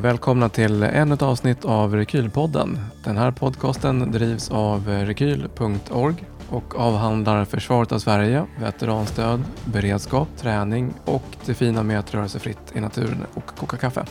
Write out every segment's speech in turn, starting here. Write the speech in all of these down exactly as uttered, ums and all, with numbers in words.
Välkomna till ännu ett avsnitt av Rekylpodden. Den här podcasten drivs av rekyl punkt org och avhandlar försvaret av Sverige, veteranstöd, beredskap, träning och det fina med att röra sig fritt i naturen och koka kaffe.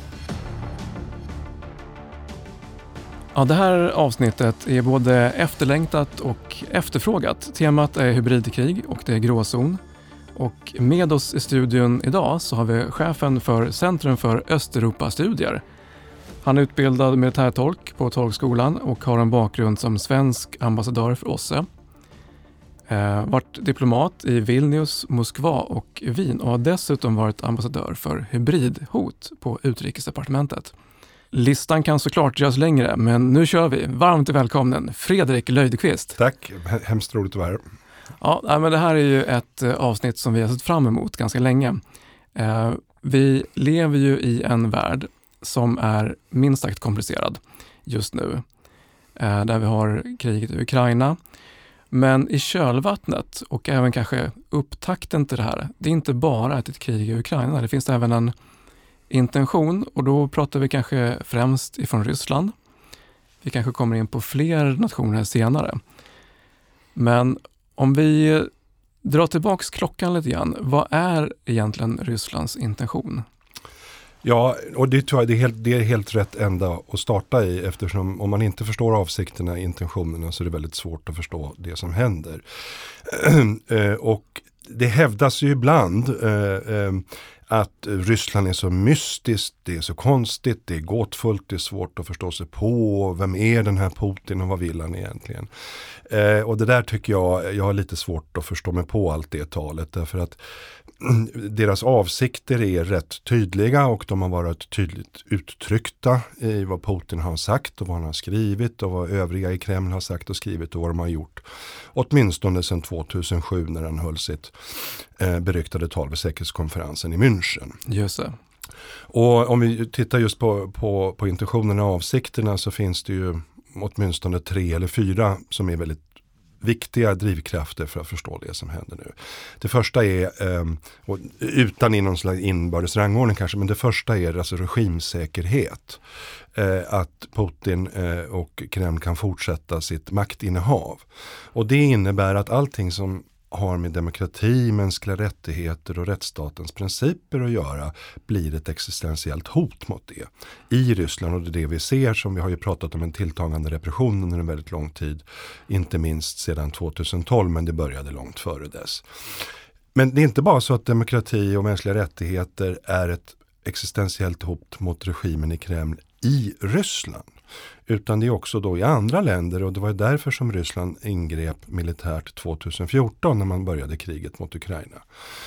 Ja, det här avsnittet är både efterlängtat och efterfrågat. Temat är hybridkrig och det är gråzon. Och med oss i studion idag så har vi chefen för Centrum för Östeuropastudier. Han är utbildad militärtolk på tolkskolan och har en bakgrund som svensk ambassadör för O S S E. Eh, varit diplomat i Vilnius, Moskva och Wien och har dessutom varit ambassadör för hybridhot på utrikesdepartementet. Listan kan såklart göras längre, men nu kör vi. Varmt välkommen Fredrik Löjdqvist. Tack, hemskt roligt att vara här. Ja, men det här är ju ett avsnitt som vi har sett fram emot ganska länge. Eh, vi lever ju i en värld som är minst sagt komplicerad just nu. Eh, där vi har kriget i Ukraina. Men i kölvattnet och även kanske upptakten till det här, det är inte bara ett krig i Ukraina. Det finns även en intention och då pratar vi kanske främst ifrån Ryssland. Vi kanske kommer in på fler nationer senare. Men om vi drar tillbaks klockan lite grann, vad är egentligen Rysslands intention? Ja, och det tror jag det är helt, det är helt rätt ända att starta i, eftersom om man inte förstår avsikterna, intentionerna, så är det väldigt svårt att förstå det som händer. Och det hävdas ju ibland att Ryssland är så mystiskt, det är så konstigt, det är gåtfullt, det är svårt att förstå sig på. Vem är den här Putin och vad vill han egentligen? Eh, och det där tycker jag, jag har lite svårt att förstå mig på allt det talet. Därför att deras avsikter är rätt tydliga och de har varit tydligt uttryckta i vad Putin har sagt och vad han har skrivit och vad övriga i Kreml har sagt och skrivit och vad de har gjort. Åtminstone sedan tvåtusendsju när han höll sitt eh, beryktade tal vid säkerhetskonferensen i München. Just det. Och om vi tittar just på, på, på intentionerna och avsikterna så finns det ju åtminstone tre eller fyra som är väldigt viktiga drivkrafter för att förstå det som händer nu. Det första är, och utan i någon slags inbördes rangordning kanske, men det första är alltså regimsäkerhet. Att Putin och Kreml kan fortsätta sitt maktinnehav. Och det innebär att allting som har med demokrati, mänskliga rättigheter och rättsstatens principer att göra blir ett existentiellt hot mot det. I Ryssland, och det är det vi ser, som vi har ju pratat om en tilltagande repression under en väldigt lång tid, inte minst sedan tvåtusentolv, men det började långt före dess. Men det är inte bara så att demokrati och mänskliga rättigheter är ett existentiellt hot mot regimen i Kreml i Ryssland. Utan det är också då i andra länder, och det var därför som Ryssland ingrep militärt tjugohundrafjorton när man började kriget mot Ukraina.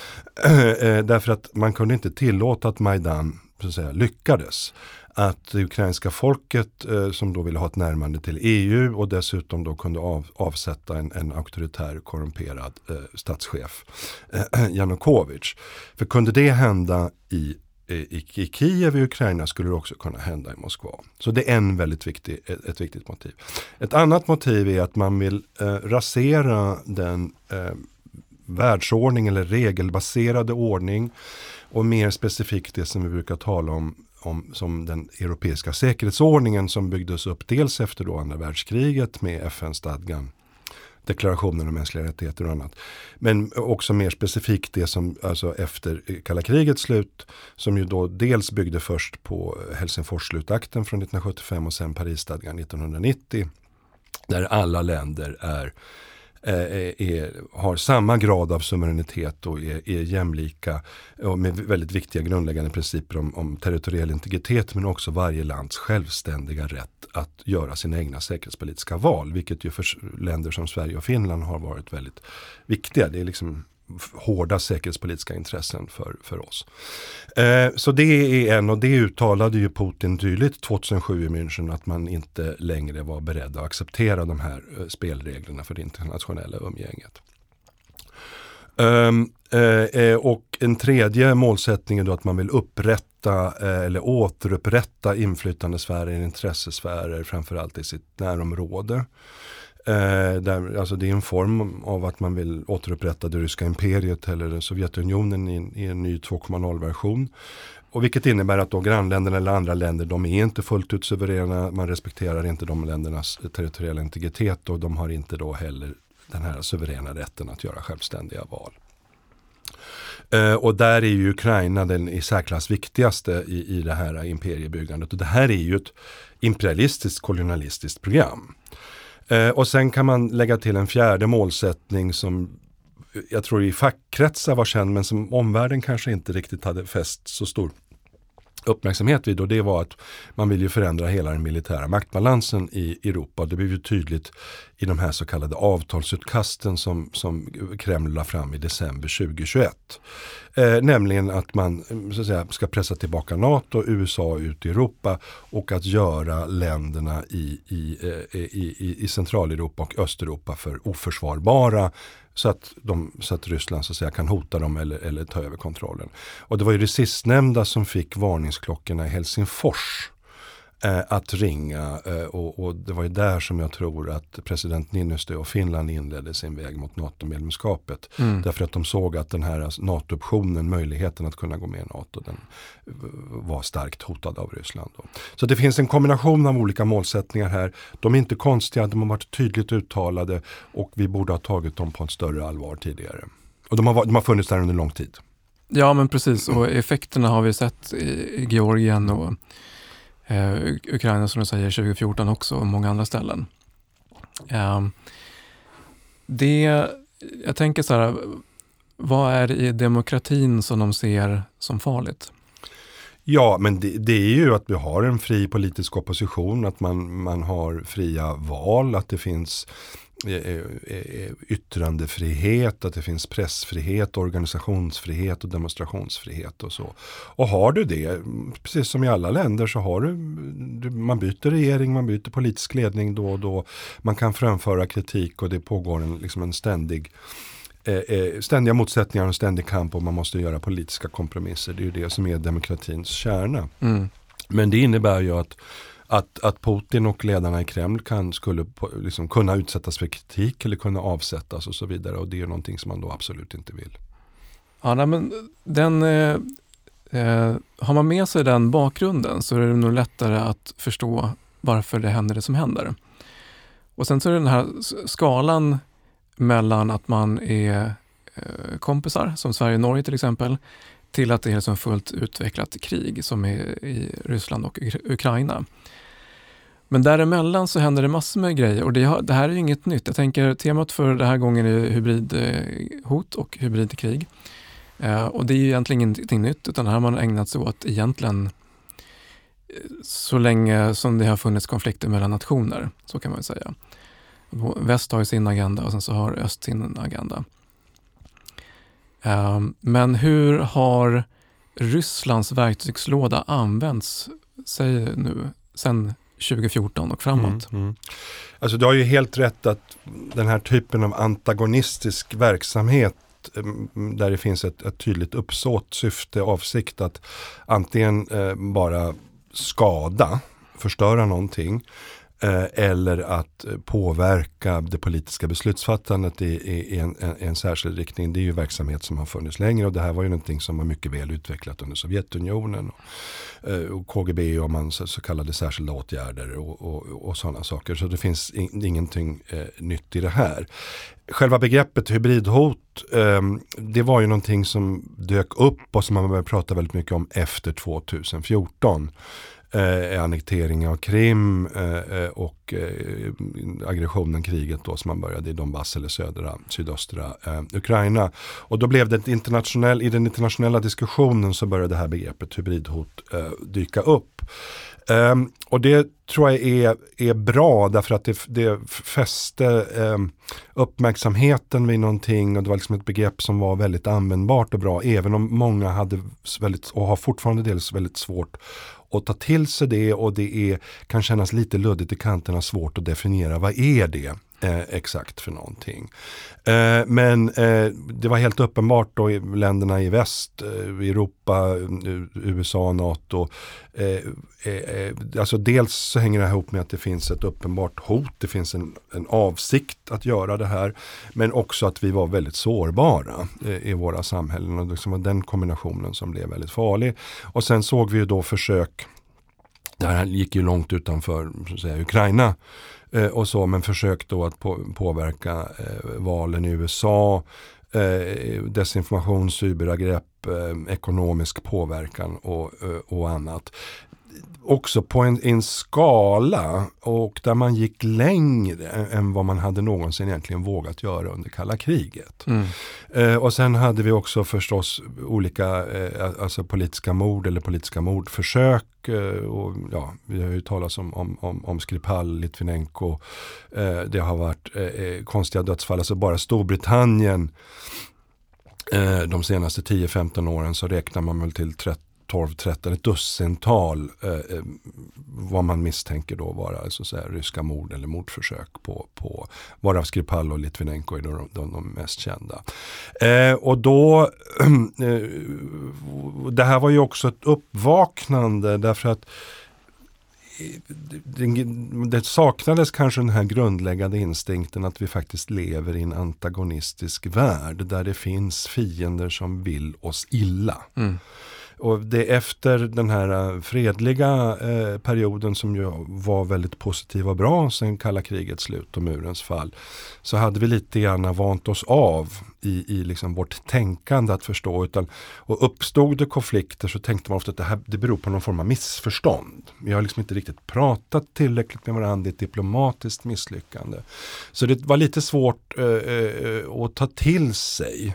Därför att man kunde inte tillåta att Majdan så att säga, lyckades. Att det ukrainska folket eh, som då ville ha ett närmande till E U och dessutom då kunde av, avsätta en, en auktoritär korrumperad eh, statschef, eh, Janukovic. För kunde det hända i I, i Kiev i Ukraina skulle det också kunna hända i Moskva. Så det är en väldigt viktig, ett, ett viktigt motiv. Ett annat motiv är att man vill eh, rasera den eh, världsordning eller regelbaserade ordning och mer specifikt det som vi brukar tala om, om som den europeiska säkerhetsordningen som byggdes upp dels efter då andra världskriget med F N-stadgan, deklarationen om mänskliga rättigheter och annat. Men också mer specifikt det som alltså efter kalla krigets slut, som ju då dels byggde först på Helsingfors-slutakten från nittonhundrasjuttiofem och sen Parisstadgan nittonhundranittio, där alla länder är, är, är, har samma grad av suveränitet och är, är jämlika och med väldigt viktiga grundläggande principer om, om territoriell integritet, men också varje lands självständiga rätt att göra sina egna säkerhetspolitiska val, vilket ju för länder som Sverige och Finland har varit väldigt viktiga. Det är liksom hårda säkerhetspolitiska intressen för, för oss. Eh, så det är en, och det uttalade ju Putin tydligt tjugohundrasju i München att man inte längre var beredd att acceptera de här eh, spelreglerna för det internationella umgänget. Um, eh, och en tredje målsättning är då att man vill upprätta eh, eller återupprätta inflytandesfärer, intressesfärer, framförallt i sitt närområde. Eh, där, alltså det är en form av att man vill återupprätta det ryska imperiet eller Sovjetunionen i, i en ny två punkt noll-version. och vilket innebär att då grannländerna eller andra länder, de är inte fullt ut suveräna, man respekterar inte de ländernas territoriella integritet och de har inte då heller den här suveräna rätten att göra självständiga val. Uh, och där är ju Ukraina den i särklass viktigaste i, i det här imperiebyggandet. Och det här är ju ett imperialistiskt kolonialistiskt program. Uh, och sen kan man lägga till en fjärde målsättning som jag tror i fackkretsar var känd men som omvärlden kanske inte riktigt hade fäst så stor uppmärksamhet vid, och det var att man vill ju förändra hela den militära maktbalansen i Europa. Det blev ju tydligt i de här så kallade avtalsutkasten som, som Kreml la fram i december tjugohundratjugoett. Eh, nämligen att man så att säga, ska pressa tillbaka NATO och U S A ut i Europa och att göra länderna i, i, i, i, i Centraleuropa och Östeuropa för oförsvarbara så att, de, så att Ryssland så att säga, kan hota dem eller, eller ta över kontrollen. Och det var ju det sistnämnda som fick varningsklockorna i Helsingfors eh, att ringa eh, och, och det var ju där som jag tror att president Niinistö och Finland inledde sin väg mot NATO-medlemskapet. Mm. Därför att de såg att den här NATO-optionen, möjligheten att kunna gå med i NATO, den var starkt hotad av Ryssland. Då. Så det finns en kombination av olika målsättningar här. De är inte konstiga, de har varit tydligt uttalade och vi borde ha tagit dem på ett större allvar tidigare. Och de har, de har funnits där under lång tid. Ja, men precis. Och effekterna har vi sett i Georgien och eh, Ukraina som du säger tjugo fjorton också och många andra ställen. Eh, det, jag tänker så här, vad är det i demokratin som de ser som farligt? Ja, men det, det är ju att vi har en fri politisk opposition, att man, man har fria val, att det finns yttrandefrihet, att det finns pressfrihet, organisationsfrihet och demonstrationsfrihet och så. Och har du det, precis som i alla länder så har du, man byter regering, man byter politisk ledning då och då, man kan framföra kritik och det pågår en, liksom en ständig eh, ständiga motsättningar och en ständig kamp och man måste göra politiska kompromisser. Det är ju det som är demokratins kärna. Mm. Men det innebär ju att Att, att Putin och ledarna i Kreml kan, skulle liksom kunna utsättas för kritik eller kunna avsättas och så vidare. Och det är någonting som man då absolut inte vill. Ja, nej, men den, eh, eh, har man med sig den bakgrunden så är det nog lättare att förstå varför det händer det som händer. Och sen så är det den här skalan mellan att man är eh, kompisar, som Sverige och Norge till exempel, till att det är som fullt utvecklat krig som är i Ryssland och Ukraina. Men däremellan så händer det massor med grejer och det, har, det här är ju inget nytt. Jag tänker temat för den här gången är hybridhot och hybridkrig. Eh, och det är ju egentligen ingenting nytt utan här har man ägnat sig åt egentligen så länge som det har funnits konflikter mellan nationer, så kan man säga. Väst har ju sin agenda och sen så har öst sin agenda. Eh, men hur har Rysslands verktygslåda använts, säg nu, sen tjugo fjorton och framåt? Mm, mm. Alltså du har ju helt rätt att den här typen av antagonistisk verksamhet där det finns ett, ett tydligt uppsåt, syfte, avsikt att antingen eh, bara skada, förstöra någonting eh, eller att påverka det politiska beslutsfattandet i, i, i en, en, en särskild riktning. Det är ju verksamhet som har funnits längre och det här var ju någonting som var mycket väl utvecklat under Sovjetunionen och, och K G B och man så, så kallade särskilda åtgärder och, och, och sådana saker. Så det finns in, ingenting eh, nytt i det här. Själva begreppet hybridhot, eh, det var ju någonting som dök upp och som man började prata väldigt mycket om efter tjugo fjorton. Eh, annektering av Krim eh, och eh, aggressionen, kriget då som man började i Donbass eller södra, sydöstra eh, Ukraina. Och då blev det ett internationell, i den internationella diskussionen så började det här begreppet hybridhot eh, dyka upp. Eh, och det tror jag är, är bra därför att det, det fäste eh, uppmärksamheten vid någonting och det var liksom ett begrepp som var väldigt användbart och bra även om många hade väldigt, och har fortfarande dels väldigt svårt och ta till sig det och det är, kan kännas lite luddigt i kanterna, svårt att definiera. Vad är det? eh, exakt för någonting. Eh, men eh, det var helt uppenbart då i länderna i väst, eh, Europa, U S A, NATO. Eh, eh, alltså dels så hänger det här ihop med att det finns ett uppenbart hot, det finns en, en avsikt att göra det här, men också att vi var väldigt sårbara eh, i våra samhällen, och det liksom var den kombinationen som blev väldigt farlig. Och sen såg vi ju då försök, det här gick ju långt utanför så att säga, Ukraina eh, och så, men försök då att på, påverka eh, valen i U S A, eh, desinformation, cyberangrepp, eh, ekonomisk påverkan och, eh, och annat. Också på en, en skala och där man gick längre än vad man hade någonsin egentligen vågat göra under kalla kriget. Mm. Eh, och sen hade vi också förstås olika eh, alltså politiska mord eller politiska mordförsök. Eh, och, ja, vi har ju talat om, om, om, om Skripal, Litvinenko. Eh, det har varit eh, konstiga dödsfall. Alltså bara Storbritannien eh, de senaste tio femton åren så räknar man väl till trettio tolv tretton, ett dussintal eh, vad man misstänker då vara alltså så här, ryska mord eller mordförsök på, på varav Skripal och Litvinenko är de, de, de mest kända. Eh, och då eh, det här var ju också ett uppvaknande därför att det, det saknades kanske den här grundläggande instinkten att vi faktiskt lever i en antagonistisk värld där det finns fiender som vill oss illa. Mm. Och det efter den här fredliga eh, perioden som ju var väldigt positiv och bra sen kalla krigets slut och murens fall, så hade vi lite grann vant oss av i, i liksom vårt tänkande att förstå. Utan, och uppstod det konflikter så tänkte man ofta att det här det beror på någon form av missförstånd. Vi har liksom inte riktigt pratat tillräckligt med varandra, det är ett diplomatiskt misslyckande. Så det var lite svårt eh, eh, att ta till sig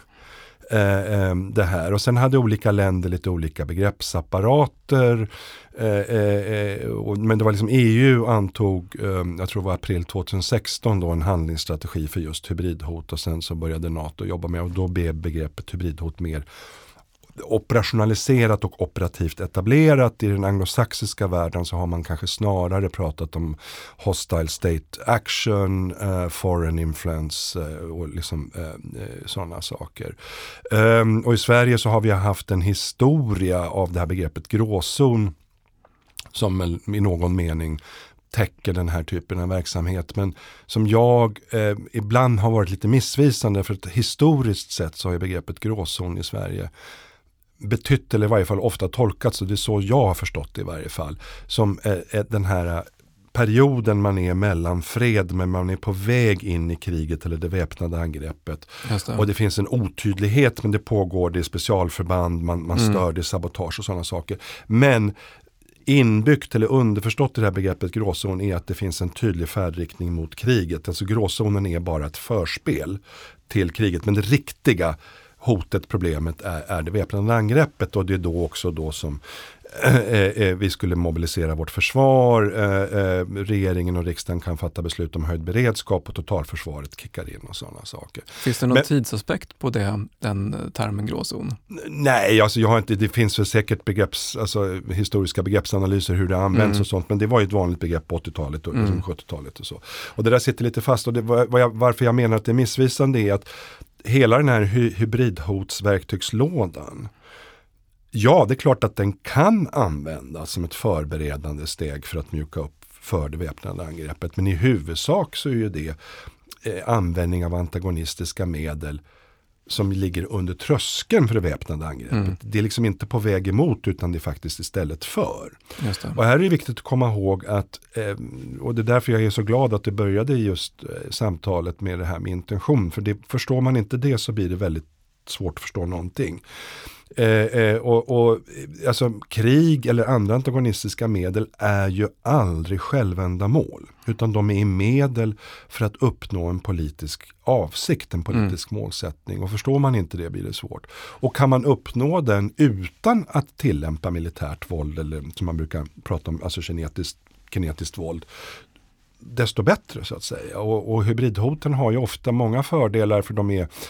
det här. Och sen hade olika länder lite olika begreppsapparater. Men det var liksom E U antog, jag tror det var april tjugohundrasexton då, en handlingsstrategi för just hybridhot, och sen så började NATO jobba med, och då blev begreppet hybridhot mer operationaliserat och operativt etablerat. I den anglosaxiska världen så har man kanske snarare pratat om hostile state action, uh, foreign influence uh, och liksom uh, sådana saker. Um, och i Sverige så har vi haft en historia av det här begreppet gråzon som i någon mening täcker den här typen av verksamhet, men som jag eh, ibland har varit lite missvisande, för att historiskt sett så har begreppet gråzon i Sverige betytt, eller i varje fall ofta tolkats, och det är så jag har förstått det i varje fall, som eh, den här perioden man är mellan fred men man är på väg in i kriget eller det väpnade angreppet. Det. Och det finns en otydlighet, men det pågår, det är specialförband, man, man mm. stör, det sabotage och sådana saker. Men inbyggt eller underförstått i det här begreppet gråzon är att det finns en tydlig färdriktning mot kriget. Alltså gråzonen är bara ett förspel till kriget, men det riktiga hotet, problemet är, är det väpnade angreppet, och det är då också då som eh, eh, vi skulle mobilisera vårt försvar, eh, eh, regeringen och riksdagen kan fatta beslut om höjd beredskap och totalförsvaret kickar in och sådana saker. Finns det någon Men, tidsaspekt på det, den termen gråzon? Nej, alltså jag har inte, det finns väl säkert begrepps, alltså historiska begreppsanalyser hur det används mm. och sånt, men det var ju ett vanligt begrepp på åttiotalet och mm. sjuttiotalet och så. Och det där sitter lite fast, och det, vad jag, varför jag menar att det är missvisande är att hela den här hy- hybridhotsverktygslådan, ja, det är klart att den kan användas som ett förberedande steg för att mjuka upp för det väpnade angreppet. Men i huvudsak så är ju det eh, användning av antagonistiska medel som ligger under tröskeln för det väpnade angreppet. Mm. Det är liksom inte på väg emot, utan det är faktiskt istället för. Just det. Och här är det viktigt att komma ihåg att, eh, och det är därför jag är så glad att det började just eh, samtalet med det här med intention. För det, förstår man inte det så blir det väldigt svårt att förstå någonting. Eh, eh, och, och alltså krig eller andra antagonistiska medel är ju aldrig självändamål, utan de är medel för att uppnå en politisk avsikt, en politisk mm. målsättning, och förstår man inte det blir det svårt. Och kan man uppnå den utan att tillämpa militärt våld, eller som man brukar prata om, alltså kinetiskt, kinetiskt våld, desto bättre så att säga. Och, och hybridhoten har ju ofta många fördelar, för de är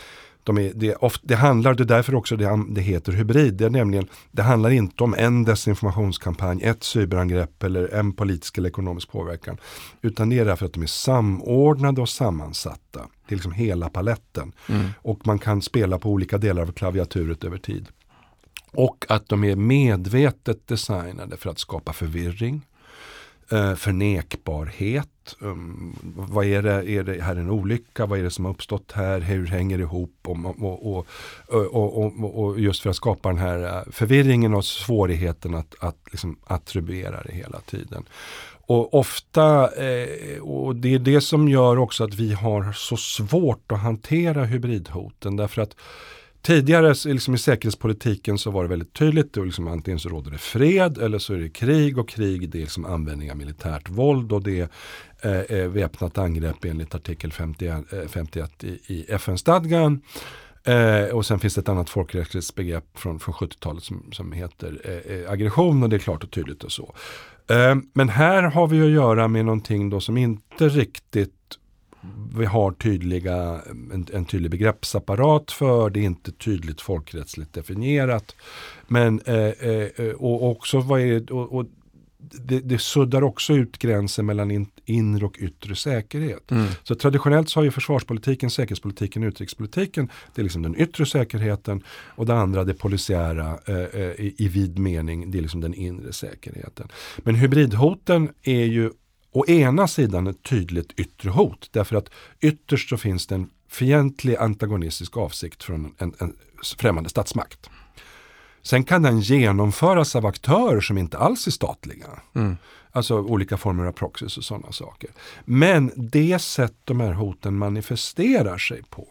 De är, det, är ofta, det handlar, det är därför också det, det heter hybrid. Det, är nämligen, det handlar inte om en desinformationskampanj, ett cyberangrepp eller en politisk eller ekonomisk påverkan. Utan det är därför att de är samordnade och sammansatta. Det är liksom hela paletten. Mm. Och man kan spela på olika delar av klaviaturet över tid. Och att de är medvetet designade för att skapa förvirring. Uh, förnekbarhet. Um, vad är det? Är det här en olycka? Vad är det som har uppstått här? Hur hänger det ihop? Och, och, och, och, och, och just för att skapa den här förvirringen och svårigheten att, att liksom attribuera det hela tiden. Och ofta, eh, och det är det som gör också att vi har så svårt att hantera hybridhoten. Därför att tidigare liksom i säkerhetspolitiken så var det väldigt tydligt. Det var liksom, antingen så råder det fred eller så är det krig. Och krig, det är liksom användning av militärt våld. Och det är eh, väpnat angrepp enligt artikel femtioett i, i F N-stadgan. Eh, och sen finns det ett annat folkrättsligt begrepp från, från sjuttiotalet som, som heter eh, aggression. Och det är klart och tydligt och så. Eh, men här har vi att göra med någonting då som inte riktigt vi har tydliga, en, en tydlig begreppsapparat för, det är inte tydligt folkrättsligt definierat. Men eh, eh, och också vad är det, och, och det, det suddar också ut gränsen mellan in, inre och yttre säkerhet. Mm. Så traditionellt så har ju försvarspolitiken, säkerhetspolitiken, utrikespolitiken, det är liksom den yttre säkerheten, och det andra, det polisiära eh, i, i vid mening, det är liksom den inre säkerheten. Men hybridhoten är ju å ena sidan ett tydligt yttre hot, därför att ytterst så finns det en fientlig antagonistisk avsikt från en, en främmande statsmakt. Sen kan den genomföras av aktörer som inte alls är statliga. Mm. Alltså olika former av proxies och sådana saker. Men det sätt de här hoten manifesterar sig på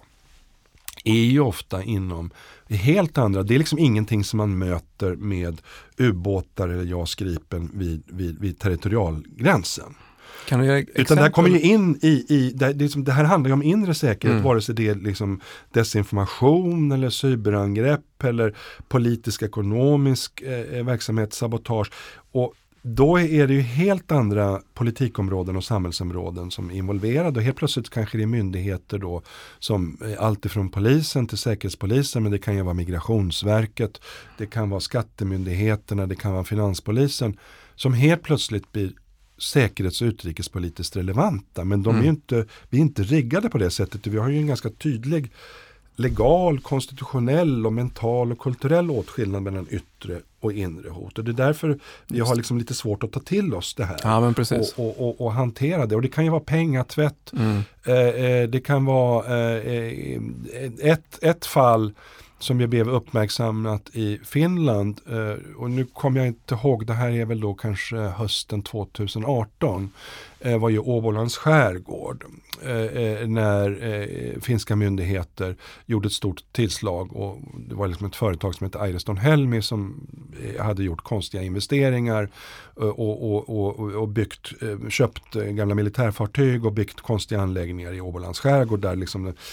är ju ofta inom helt andra, det är liksom ingenting som man möter med ubåtar eller JAS Gripen vid, vid, vid territorialgränsen. Kan du ge exempel? Utan det här kommer ju in i, i det, det, liksom, det här handlar ju om inre säkerhet, mm. vare sig det är liksom desinformation eller cyberangrepp eller politisk ekonomisk eh, verksamhet, sabotage. Och då är det ju helt andra politikområden och samhällsområden som är involverade, och helt plötsligt kanske det är myndigheter då som allt ifrån polisen till säkerhetspolisen, men det kan ju vara Migrationsverket, det kan vara skattemyndigheterna, det kan vara finanspolisen som helt plötsligt blir säkerhets- och utrikespolitiskt relevanta, men de mm. är ju inte, vi är inte riggade på det sättet. Vi har ju en ganska tydlig legal, konstitutionell och mental och kulturell åtskillnad mellan yttre och inre hot. Och det är därför vi har liksom lite svårt att ta till oss det här. Ja, men precis. Och, och, och, och hantera det. Och det kan ju vara pengatvätt. Mm. Eh, det kan vara eh, ett, ett fall som jag blev uppmärksammat i Finland. Eh, och nu kommer jag inte ihåg, det här är väl då kanske hösten tjugoarton. Eh, var ju Åbolands skärgård. Eh, när eh, finska myndigheter gjorde ett stort tillslag, och det var liksom ett företag som heter Airiston Helmi som eh, hade gjort konstiga investeringar eh, och, och, och, och byggt, eh, köpt eh, gamla militärfartyg och byggt konstiga anläggningar i Åbolands skärgård där liksom eh,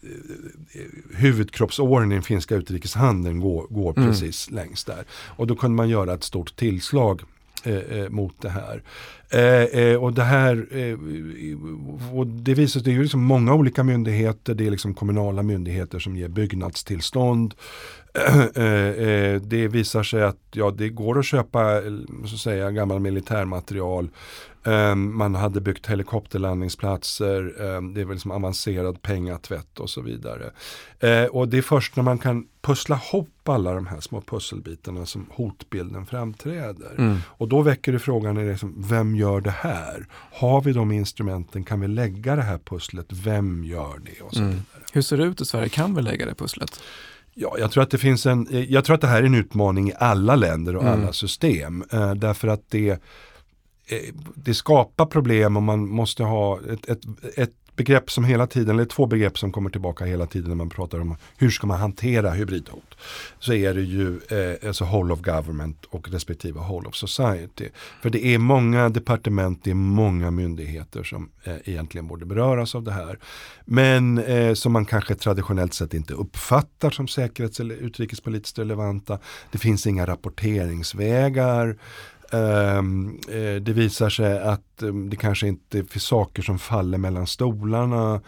huvudkroppsåren i den finska utrikeshandeln går, går mm. precis längst där. Och då kunde man göra ett stort tillslag Eh, mot det här. Eh, eh, och det här eh, och det visar sig, det är ju liksom många olika myndigheter, det är liksom kommunala myndigheter som ger byggnadstillstånd. Eh, eh, det visar sig att ja, det går att köpa så att säga gammal militärmaterial. Um, man hade byggt helikopterlandningsplatser, um, det är väl liksom avancerad pengatvätt och så vidare. Uh, och det är först när man kan pussla ihop alla de här små pusselbitarna som hotbilden framträder. Mm. Och då väcker det frågan, är det liksom, vem gör det här? Har vi de instrumenten? Kan vi lägga det här pusslet? Vem gör det? Och så mm. vidare. Hur ser det ut i Sverige? Kan vi lägga det pusslet? Ja, jag tror att det finns en, jag tror att det här är en utmaning i alla länder och mm. alla system. Uh, därför att det det skapar problem, och man måste ha ett, ett, ett begrepp som hela tiden, eller två begrepp som kommer tillbaka hela tiden när man pratar om hur ska man hantera hybridhot. Så är det ju eh, alltså whole of government och respektive whole of society. För det är många departement, det är många myndigheter som eh, egentligen borde beröras av det här. Men eh, som man kanske traditionellt sett inte uppfattar som säkerhets- eller utrikespolitiskt relevanta. Det finns inga rapporteringsvägar. Um, eh, det visar sig att um, det kanske inte finns saker som faller mellan stolarna.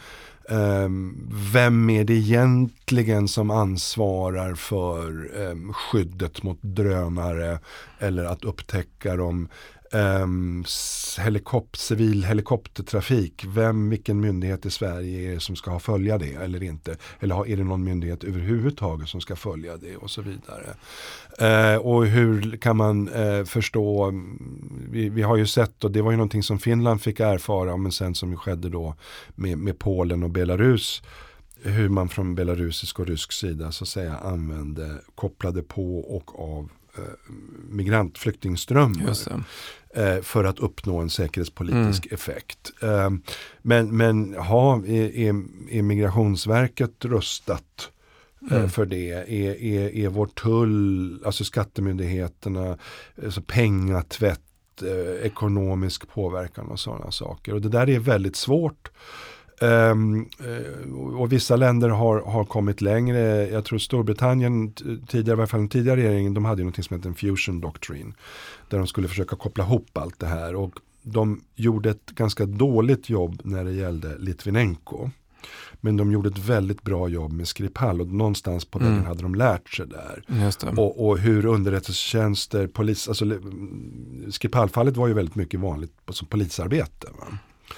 Um, vem är det egentligen som ansvarar för um, skyddet mot drönare eller att upptäcka dem? Um, helikop- civil helikoptertrafik, vem, vilken myndighet i Sverige är det som ska ha följa det eller inte? Eller är det någon myndighet överhuvudtaget som ska följa det och så vidare? Uh, och hur kan man uh, förstå, vi, vi har ju sett, och det var ju någonting som Finland fick erfara, men sen som skedde då med, med Polen och Belarus, hur man från belarusisk och rysk sida så att säga använde, kopplade på och av migrantflyktingströmmar eh, för att uppnå en säkerhetspolitisk mm. effekt. Eh, men men ha, är, är, är Migrationsverket rustat eh, mm. för det? Är, är, är vår tull, alltså skattemyndigheterna, alltså pengatvätt, eh, ekonomisk påverkan och sådana saker. Och det där är väldigt svårt. Um, och vissa länder har, har kommit längre. Jag tror Storbritannien tidigare, i varje fall den tidigare regeringen, de hade ju något som heter en fusion doctrine där de skulle försöka koppla ihop allt det här, och de gjorde ett ganska dåligt jobb när det gällde Litvinenko, men de gjorde ett väldigt bra jobb med Skripal, och någonstans på vägen mm. hade de lärt sig där. Och, och hur underrättelsetjänster, polis, alltså Skripal-fallet var ju väldigt mycket vanligt som polisarbete, va?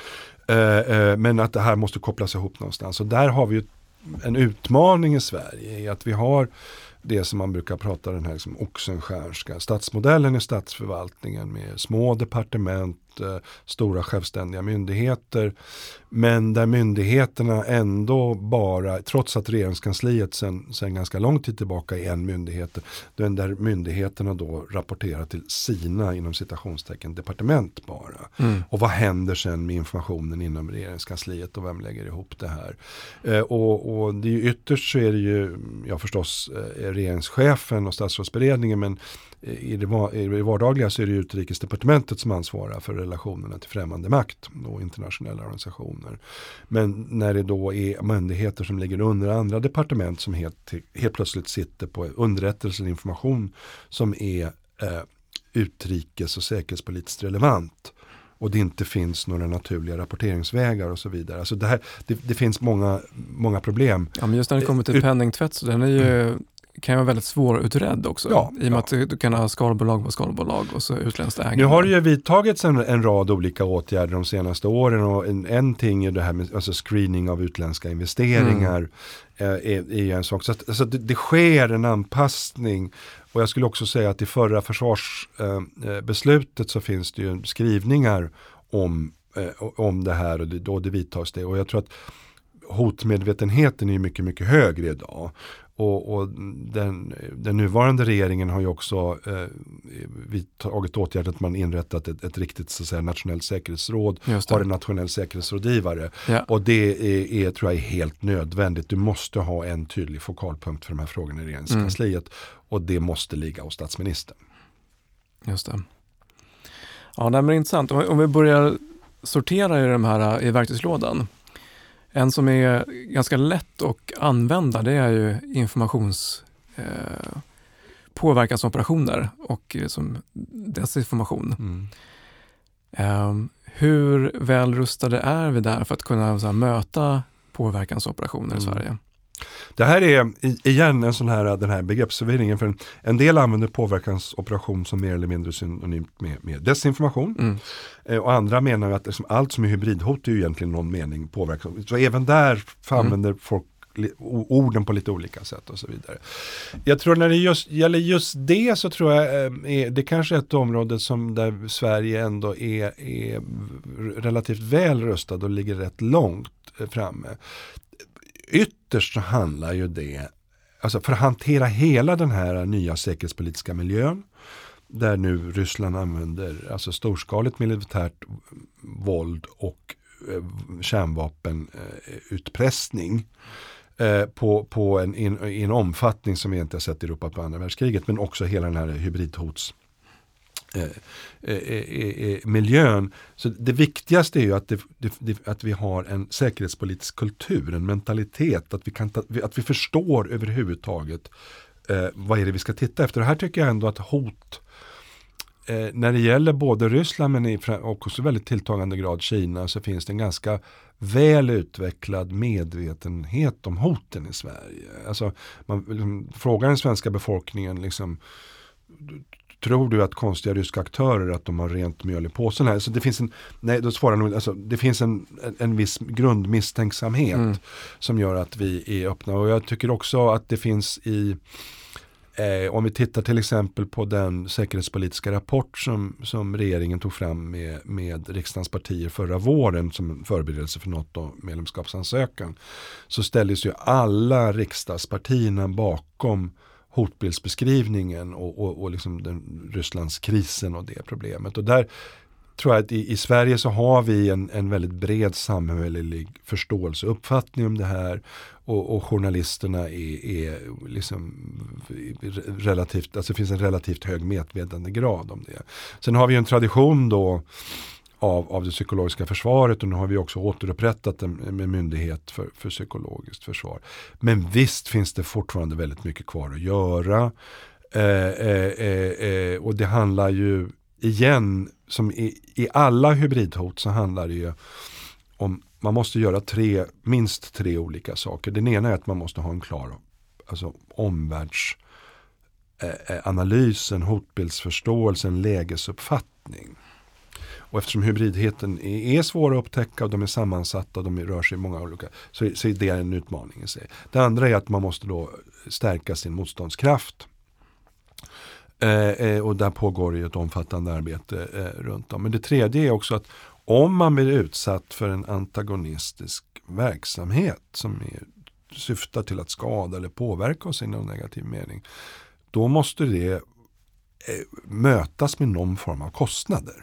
Men att det här måste kopplas ihop någonstans. Och där har vi ju en utmaning i Sverige i att vi har det som man brukar prata den här liksom Oxenstierska statsmodellen i statsförvaltningen med små departement, stora självständiga myndigheter, men där myndigheterna ändå bara, trots att regeringskansliet sen, sen ganska lång tid tillbaka är en myndighet, där myndigheterna då rapporterar till sina, inom citationstecken, departement bara. Mm. Och vad händer sen med informationen inom regeringskansliet och vem lägger ihop det här? Eh, och, och det är ju ytterst så är det ju, ja förstås, eh, regeringschefen och statsrådsberedningen, men I det, i det vardagliga så är det utrikesdepartementet som ansvarar för relationerna till främmande makt och internationella organisationer. Men när det då är myndigheter som ligger under andra departement som helt, helt plötsligt sitter på underrättelse och information som är eh, utrikes- och säkerhetspolitiskt relevant, och det inte finns några naturliga rapporteringsvägar och så vidare. Alltså det, här, det, det finns många, många problem. Ja, men just när det kommer till Ut- penningtvätt, så den är ju... Mm. kan ju vara väldigt svårutredd också. Ja, I och med ja. att du kan ha skalbolag på skalbolag och så utländskt ägande. Nu har det ju vidtagits en, en rad olika åtgärder de senaste åren, och en, en ting är det här med alltså screening av utländska investeringar mm. är, är en sak. Så att, alltså det, det sker en anpassning, och jag skulle också säga att i förra försvarsbeslutet eh, så finns det ju skrivningar om, eh, om det här, och det, då det vidtas det. Och jag tror att hotmedvetenheten är mycket, mycket högre idag. Och, och den, den nuvarande regeringen har ju också eh, vidtagit åtgärder att man inrättat ett, ett riktigt så att säga, nationellt säkerhetsråd, har en nationell säkerhetsrådgivare. Ja. Och det är, är, tror jag är helt nödvändigt. Du måste ha en tydlig fokalpunkt för de här frågorna i regeringskansliet mm. och det måste ligga hos statsministern. Just det. Ja, det är intressant. Om vi, om vi börjar sortera i de här i verktygslådan. En som är ganska lätt att använda, det är ju informations eh, påverkansoperationer och eh, som desinformation. Mm. Eh, hur väl rustade är vi där för att kunna så här, möta påverkansoperationer mm. i Sverige? Det här är igen en sån här, den här begreppsförvirringen, för en, en del använder påverkansoperation som mer eller mindre synonymt med, med desinformation mm. eh, och andra menar att liksom, allt som är hybridhot är ju egentligen någon mening påverkan. Så även där använder mm. folk orden på lite olika sätt och så vidare. Jag tror när det just, gäller just det så tror jag är, det kanske är ett område som där Sverige ändå är, är relativt väl rustad och ligger rätt långt framme. Ytterst så handlar ju det, alltså för att hantera hela den här nya säkerhetspolitiska miljön, där nu Ryssland använder alltså storskaligt militärt våld och eh, kärnvapenutpressning eh, på, på en, in, i en omfattning som vi inte har sett i Europa på andra världskriget, men också hela den här hybridhots Eh, eh, eh, miljön. Så det viktigaste är ju att, det, det, att vi har en säkerhetspolitisk kultur, en mentalitet, att vi, kan ta, att vi förstår överhuvudtaget eh, vad är det vi ska titta efter. Och här tycker jag ändå att hot eh, när det gäller både Ryssland men i, och också väldigt tilltagande grad Kina, så finns det en ganska väl utvecklad medvetenhet om hoten i Sverige. Alltså, man liksom, frågar den svenska befolkningen liksom, tror du att konstiga ryska aktörer att de har rent mjöl i påsen här? Så det finns en, nej, då svarar nog, alltså, det finns en, en, en viss grundmisstänksamhet mm. som gör att vi är öppna. Och jag tycker också att det finns i, eh, om vi tittar till exempel på den säkerhetspolitiska rapport som, som regeringen tog fram med, med riksdagens partier förra våren som förberedelse för NATO-medlemskapsansökan, så ställdes ju alla riksdagspartierna bakom hotbildsbeskrivningen och, och, och liksom den Rysslands krisen och det problemet. Och där tror jag att i, i Sverige så har vi en, en väldigt bred samhällelig förståelse och uppfattning om det här, och, och journalisterna är, är liksom relativt, alltså det finns en relativt hög medvetandegrad om det. Sen har vi en tradition då Av, av det psykologiska försvaret, och nu har vi också återupprättat en, en myndighet för, för psykologiskt försvar. Men visst finns det fortfarande väldigt mycket kvar att göra. Eh, eh, eh, och det handlar ju igen, som i, i alla hybridhot så handlar det ju om, man måste göra tre, minst tre olika saker. Den ena är att man måste ha en klar alltså, omvärldsanalys, en hotbildsförståelse, en lägesuppfattning. Och eftersom hybridheten är, är svår att upptäcka och de är sammansatta och de rör sig i många olika, så, så är det en utmaning i sig. Det andra är att man måste då stärka sin motståndskraft. Eh, eh, och där pågår ju ett omfattande arbete eh, runt om. Men det tredje är också att om man blir utsatt för en antagonistisk verksamhet som är, syftar till att skada eller påverka oss i någon negativ mening, då måste det eh, mötas med någon form av kostnader.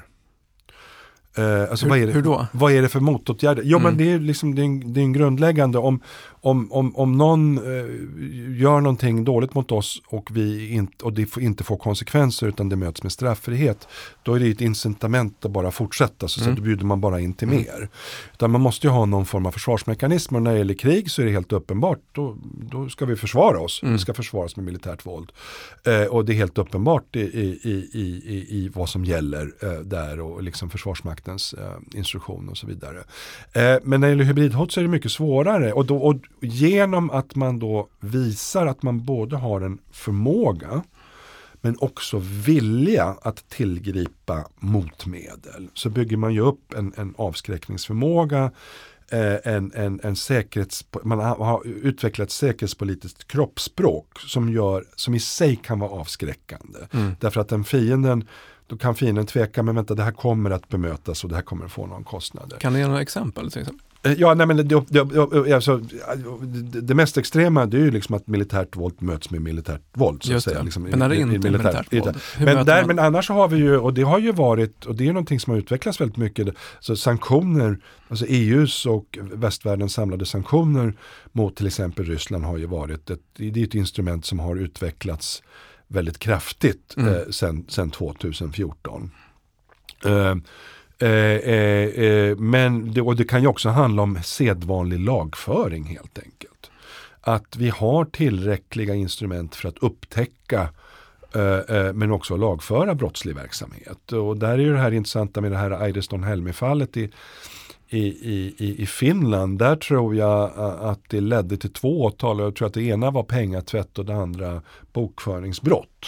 Uh, alltså hur, vad, är det, hur då? Vad är det för motåtgärder? Jo, mm. men det är, liksom, det är, en, det är en grundläggande. Om, om, om, om någon uh, gör någonting dåligt mot oss och, vi inte, och det får, inte får konsekvenser utan det möts med straffrihet, då är det ett incitament att bara fortsätta. Så, mm. så då bjuder man bara in till mm. mer. Utan man måste ju ha någon form av försvarsmekanism, och när det gäller krig så är det helt uppenbart. Då, då ska vi försvara oss. Mm. Vi ska försvaras med militärt våld. Uh, och det är helt uppenbart i, i, i, i, i vad som gäller uh, där, och liksom försvarsmakten instruktion och så vidare. Eh, men när det gäller hybridhot så är det mycket svårare, och, då, och genom att man då visar att man både har en förmåga men också vilja att tillgripa motmedel, så bygger man ju upp en, en avskräckningsförmåga, eh, en, en, en säkerhets, man har utvecklat ett säkerhetspolitiskt kroppsspråk som, gör, som i sig kan vara avskräckande. Mm. Därför att den fienden Då kan fienden tveka, men vänta, det här kommer att bemötas och det här kommer att få någon kostnad. Kan du ge några exempel till exempel? Ja, nej, men det, det, det, alltså, det, det mest extrema, det är ju liksom att militärt våld möts med militärt våld. Så Just att säga, det. liksom, men är det i, inte i militärt, militärt våld? Men, där, men annars har vi ju, och det har ju varit, och det är någonting som har utvecklats väldigt mycket, så sanktioner, alltså E U:s och västvärldens samlade sanktioner mot till exempel Ryssland har ju varit ett, det är ett instrument som har utvecklats väldigt kraftigt mm. eh, sen, sen tjugohundrafjorton. Eh, eh, eh, men det, och det kan ju också handla om sedvanlig lagföring helt enkelt. Att vi har tillräckliga instrument för att upptäcka eh, eh, men också lagföra brottslig verksamhet. Och där är ju det här intressanta med det här Airiston-Helmi-fallet i I, i, i Finland. Där tror jag att det ledde till två åtal. Jag tror att det ena var pengatvätt och det andra bokföringsbrott.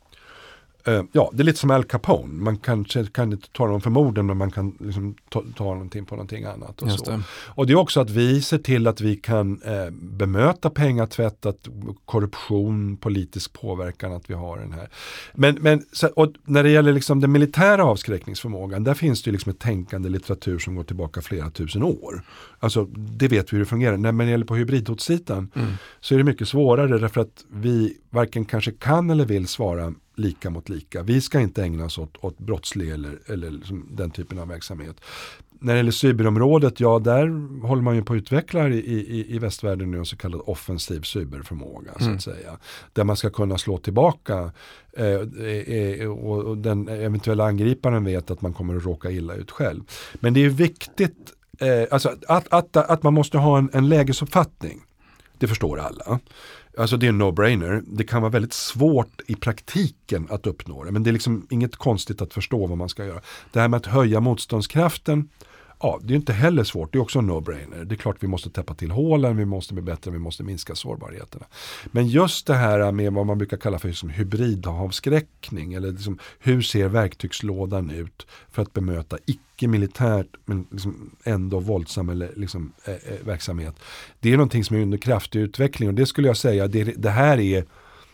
Uh, ja, det är lite som Al Capone. Man kanske kan inte ta dem för morden, men man kan liksom ta, ta någonting på någonting annat. Och, Just så. det. Och det är också att vi ser till att vi kan eh, bemöta pengatvätt, att korruption, politisk påverkan, att vi har den här. Men, men så, och när det gäller liksom den militära avskräckningsförmågan, där finns det ju liksom ett tänkande litteratur som går tillbaka flera tusen år. Alltså, det vet vi hur det fungerar. När det gäller på hybridhotsidan mm. så är det mycket svårare, därför att vi varken kanske kan eller vill svara lika mot lika. Vi ska inte ägna oss åt, åt brottslig eller, eller liksom den typen av verksamhet. När det gäller cyberområdet, ja, där håller man ju på att utveckla i, i, i västvärlden nu en så kallad offensiv cyberförmåga, mm. så att säga. Där man ska kunna slå tillbaka eh, eh, och, och den eventuella angriparen vet att man kommer att råka illa ut själv. Men det är viktigt eh, alltså att, att, att man måste ha en, en lägesuppfattning. Det förstår alla. Alltså det är en no-brainer. Det kan vara väldigt svårt i praktiken att uppnå det. Men det är liksom inget konstigt att förstå vad man ska göra. Det här med att höja motståndskraften, ja, det är inte heller svårt. Det är också en no-brainer. Det är klart vi måste täppa till hålen, vi måste bli bättre, vi måste minska sårbarheterna. Men just det här med vad man brukar kalla för liksom hybridavskräckning, eller liksom, hur ser verktygslådan ut för att bemöta icke-militärt men liksom ändå våldsam eller liksom, eh, eh, verksamhet. Det är någonting som är under kraftig utveckling, och det skulle jag säga, det, det här är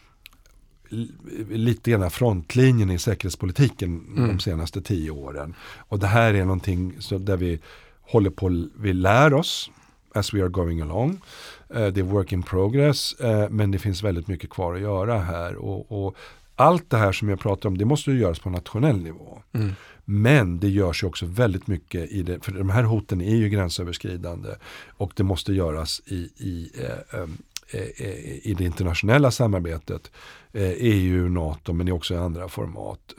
lite grann frontlinjen i säkerhetspolitiken mm. de senaste tio åren. Och det här är någonting så där vi håller på, vi lär oss as we are going along. Uh, det är work in progress, uh, men det finns väldigt mycket kvar att göra här. Och, och allt det här som jag pratar om, det måste ju göras på nationell nivå. Mm. Men det görs ju också väldigt mycket i det, för de här hoten är ju gränsöverskridande, och det måste göras i, i uh, um, i det internationella samarbetet, E U, NATO, men också i andra format.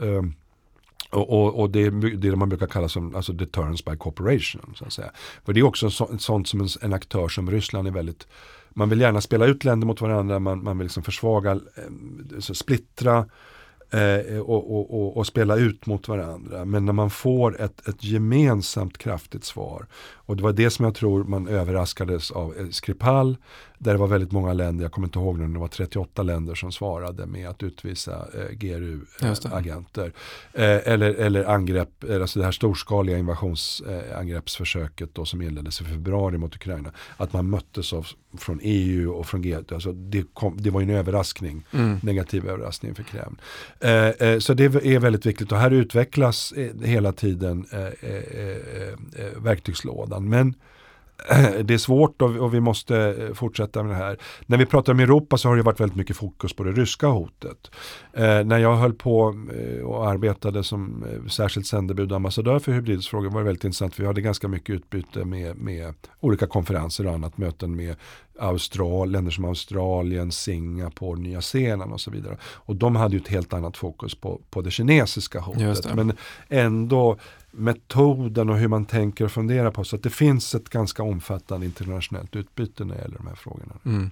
Och, och, och det är det man brukar kalla som alltså deterrence by cooperation, så att säga. För det är också så, sånt som en, en aktör som Ryssland är väldigt, man vill gärna spela ut länder mot varandra, man, man vill liksom försvaga, så splittra eh, och, och, och, och spela ut mot varandra. Men när man får ett, ett gemensamt kraftigt svar, och det var det som jag tror man överraskades av Skripal, där det var väldigt många länder, jag kommer inte ihåg nu, det var trettioåtta länder som svarade med att utvisa eh, G R U-agenter. Eh, eller, eller angrepp, alltså det här storskaliga invasionsangreppsförsöket då, som inleddes i februari mot Ukraina. Att man möttes av, från E U och från G R U, alltså det, kom, det var ju en överraskning, mm. negativ överraskning för Kreml. Eh, eh, så det är väldigt viktigt, och här utvecklas eh, hela tiden eh, eh, eh, verktygslådan. Men det är svårt, och vi måste fortsätta med det här. När vi pratar om Europa så har det varit väldigt mycket fokus på det ryska hotet. Eh, när jag höll på och arbetade som särskilt sändebud och ambassadör för hybridfrågor var det väldigt intressant, för vi hade ganska mycket utbyte med, med olika konferenser och annat, möten med Austral, länder som Australien, Singapore, Nya Zeeland och så vidare. Och de hade ju ett helt annat fokus på, på det kinesiska hotet. Det. Men ändå metoden och hur man tänker och funderar på, så att det finns ett ganska omfattande internationellt utbyte när det gäller de här frågorna. Mm.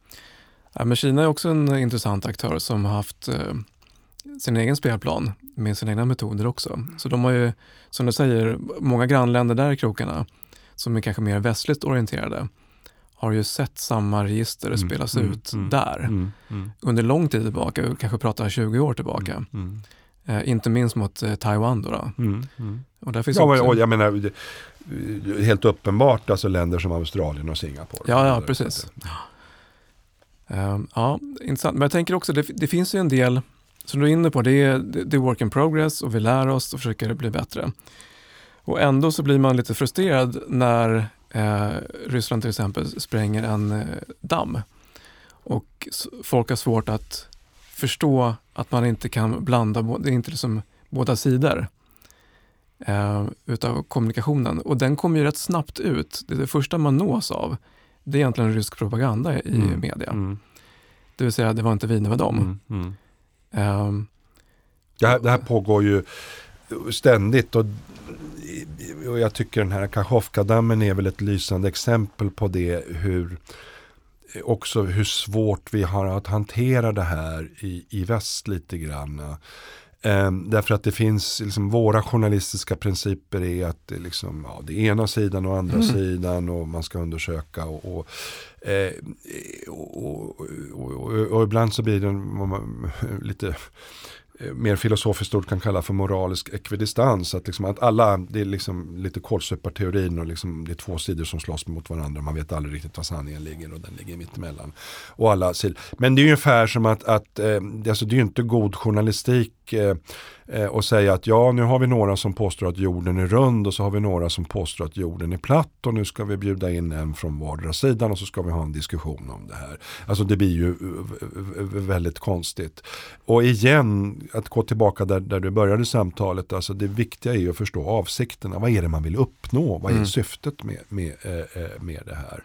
Ja, men Kina är också en intressant aktör som har haft eh, sin egen spelplan med sina egna metoder också. Så de har ju, som du säger, många grannländer där i krokarna som är kanske mer västligt orienterade har ju sett samma register spelas mm, ut mm, där mm, mm. under lång tid tillbaka, kanske pratar tjugo år tillbaka. Mm, mm. Eh, inte minst mot eh, Taiwan då. då. Mm, mm. Och där finns ja, också... och jag menar, helt uppenbart alltså länder som Australien och Singapore. Ja, ja precis. Uh, ja, intressant. Men jag tänker också, det, det finns ju en del, som du är inne på, det är, det, det är work in progress, och vi lär oss och försöker bli bättre. Och ändå så blir man lite frustrerad när eh, Ryssland till exempel spränger en eh, damm. Och folk har svårt att förstå att man inte kan blanda, det är inte liksom båda sidor eh, utav kommunikationen. Och den kommer ju rätt snabbt ut. Det är det första man nås av. Det är egentligen rysk propaganda i mm. media. Mm. Det vill säga, det var inte vi, det var dem. Mm. Mm. Um, det, här, det här pågår ju ständigt, och, och jag tycker den här Kachovka-dammen är väl ett lysande exempel på det, hur också hur svårt vi har att hantera det här i, i väst lite grann. Um, därför att det finns liksom, våra journalistiska principer är att det, liksom, ja, det ena sidan och andra mm. sidan, och man ska undersöka och, och, eh, och, och, och, och, och ibland så blir det en, lite mer filosofiskt ord kan kalla för moralisk ekvidistans, att, liksom, att alla, det är liksom lite kålsuparteorin, och liksom, det är två sidor som slåss mot varandra, man vet aldrig riktigt var sanningen ligger, och den ligger mitt emellan. Och alla sidor. Men det är ju ungefär som att, att eh, alltså, det är ju inte god journalistik eh, och säga att ja, nu har vi några som påstår att jorden är rund, och så har vi några som påstår att jorden är platt, och nu ska vi bjuda in en från vardera sidan, och så ska vi ha en diskussion om det här. Alltså det blir ju väldigt konstigt. Och igen, att gå tillbaka där, där du började samtalet, alltså det viktiga är ju att förstå avsikterna. Vad är det man vill uppnå? Vad är mm. syftet med, med, med det här?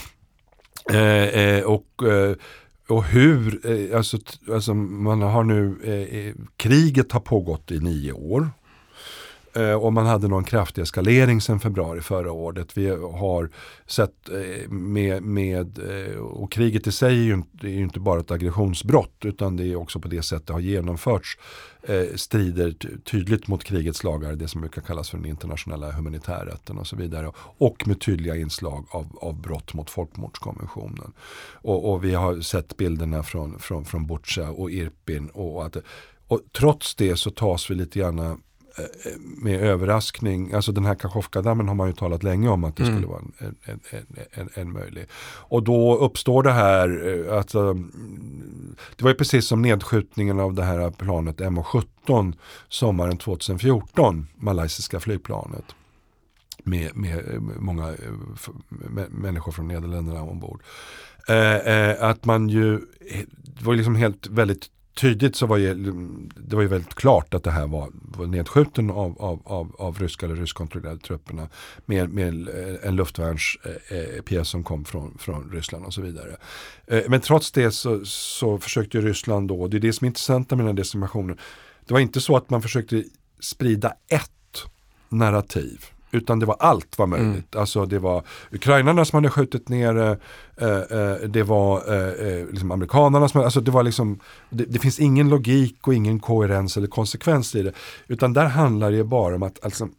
Eh, och eh, Och hur, eh, alltså, alltså man har nu, eh, kriget har pågått i nio år. Och man hade någon kraftig eskalering sedan februari förra året. Vi har sett med, med och kriget i sig är ju, inte, är ju inte bara ett aggressionsbrott, utan det är också på det sättet det har genomförts strider tydligt mot krigets lagar, det som brukar kallas för den internationella humanitärrätten och så vidare. Och med tydliga inslag av, av brott mot folkmordskonventionen. Och, och vi har sett bilderna från, från, från Butja och Irpin. Och, att, och trots det så tas vi lite gärna med överraskning, alltså den här Kachovka-dammen har man ju talat länge om att det mm. skulle vara en, en, en, en, en möjlig. Och då uppstår det här att det var ju precis som nedskjutningen av det här planet M H sjutton sommaren tjugohundrafjorton, malaysiska flygplanet med, med många med, människor från Nederländerna ombord. Eh, eh, att man ju, det var liksom helt väldigt tydligt så var ju, det var ju väldigt klart att det här var, var nedskjuten av, av, av, av ryska eller ryskkontrollerade trupperna med, med en luftvärnspjäs som kom från, från Ryssland och så vidare. Eh, men trots det så, så försökte ju Ryssland då, det är det som är intressant med den här desinformationen, det var inte så att man försökte sprida ett narrativ, utan det var allt var möjligt. Mm. Alltså det var ukrainarna som hade skjutit ner, eh, eh, det var eh, liksom amerikanerna som, alltså det var liksom, det, det finns ingen logik och ingen koherens eller konsekvens i det. Utan där handlar det bara om att alltså,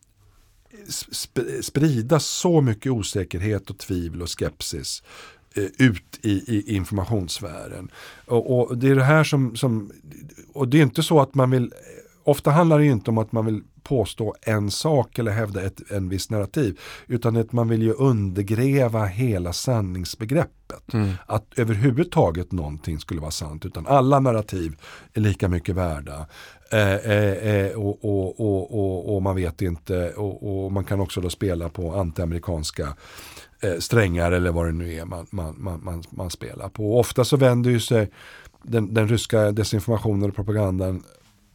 sp- sprida så mycket osäkerhet och tvivel och skepsis eh, ut i, i informationssfären. Och, och det är det här som, som, och det är inte så att man vill, ofta handlar det ju inte om att man vill påstå en sak eller hävda ett en viss narrativ, utan att man vill ju undergräva hela sanningsbegreppet. Mm. Att överhuvudtaget någonting skulle vara sant, utan alla narrativ är lika mycket värda. Eh, eh, och, och, och, och, och man vet inte, och, och man kan också då spela på antiamerikanska eh, strängar eller vad det nu är man, man, man, man, man spelar på. Och ofta så vänder ju sig den, den ryska desinformationen och propagandan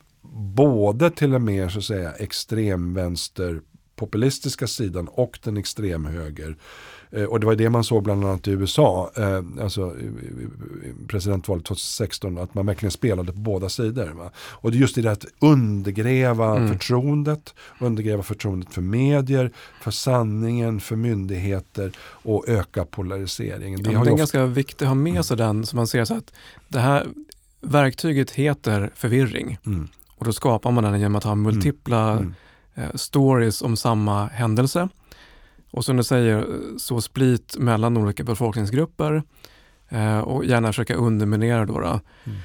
både till och med så att säga extremvänster populistiska sidan och den extremhöger. Eh, och det var det man såg bland annat i U S A, eh, alltså presidentvalet tjugohundrasexton, att man verkligen spelade på båda sidor. Va? Och det är just det att undergräva mm. förtroendet, undergräva förtroendet för medier, för sanningen, för myndigheter och öka polariseringen. Det, ja, har det är ofta... ganska viktigt att ha med sig den, så man ser så att det här verktyget heter förvirring. Mm. Och då skapar man den genom att ha multipla mm. Mm. stories om samma händelse. Och som du säger, så split mellan olika befolkningsgrupper eh, och gärna försöka underminera då, då mm.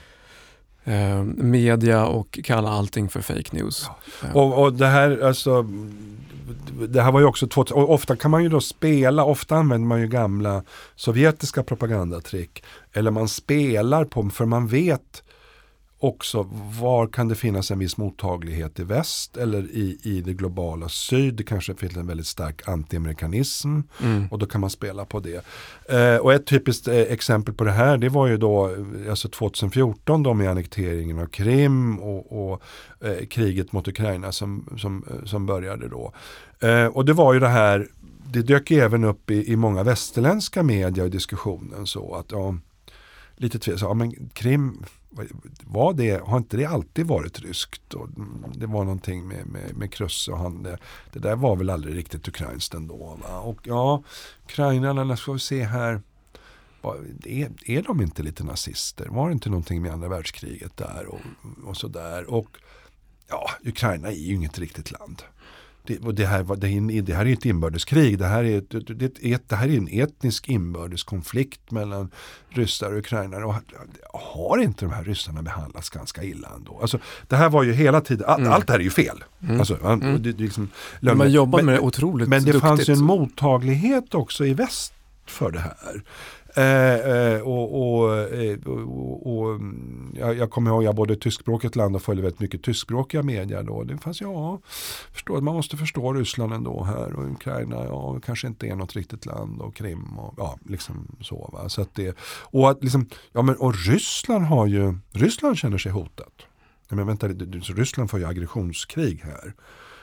eh, media och kalla allting för fake news. Ja. Och, och det här, alltså, det här var ju också två, och ofta kan man ju då spela, ofta använder man ju gamla sovjetiska propagandatrick, eller man spelar på, för man vet också var kan det finnas en viss mottaglighet i väst eller i, i det globala syd. Det kanske finns en väldigt stark anti-amerikanism mm. och då kan man spela på det. Eh, och ett typiskt eh, exempel på det här, det var ju då alltså tjugohundrafjorton då med annekteringen av Krim och, och eh, kriget mot Ukraina som, som, som började då. Eh, och det var ju det här, det dök även upp i, i många västerländska medier och diskussionen så att ja, lite tveksam, ja men Krim var det, har inte det alltid varit ryskt? Och det var någonting med, med, med Kryss och han, det, det där var väl aldrig riktigt ukrainskt ändå. Va? Och ja, ukrainarna, ska vi se här, är, är de inte lite nazister? Var det inte någonting med andra världskriget där och, och sådär? Och ja, Ukraina är ju inget riktigt land. Det, och det, här, det, är, det här är ett inbördeskrig. Det här är, ett, det, ett, det här är en etnisk inbördeskonflikt mellan ryssar och ukrainare. Och har inte de här ryssarna behandlats ganska illa ändå? Alltså, det här var ju hela tiden, all, mm. allt det här är ju fel. Mm. Alltså, man, mm. det, det liksom, man jobbar med det otroligt Men det duktigt. Fanns ju en mottaglighet också i väst för det här. Eh, eh, och, och, eh, och, och jag, jag kommer ihåg, jag bodde i tyskspråkigt land och följde väldigt mycket tyskspråkiga medier då. Det fanns, ja, förstå, man måste förstå Ryssland ändå här och Ukraina, ja, kanske inte är något riktigt land och Krim och ja, liksom så va. Så att det, och att liksom, ja men och Ryssland har ju, Ryssland känner sig hotat. Men vänta, Ryssland får ju aggressionskrig här.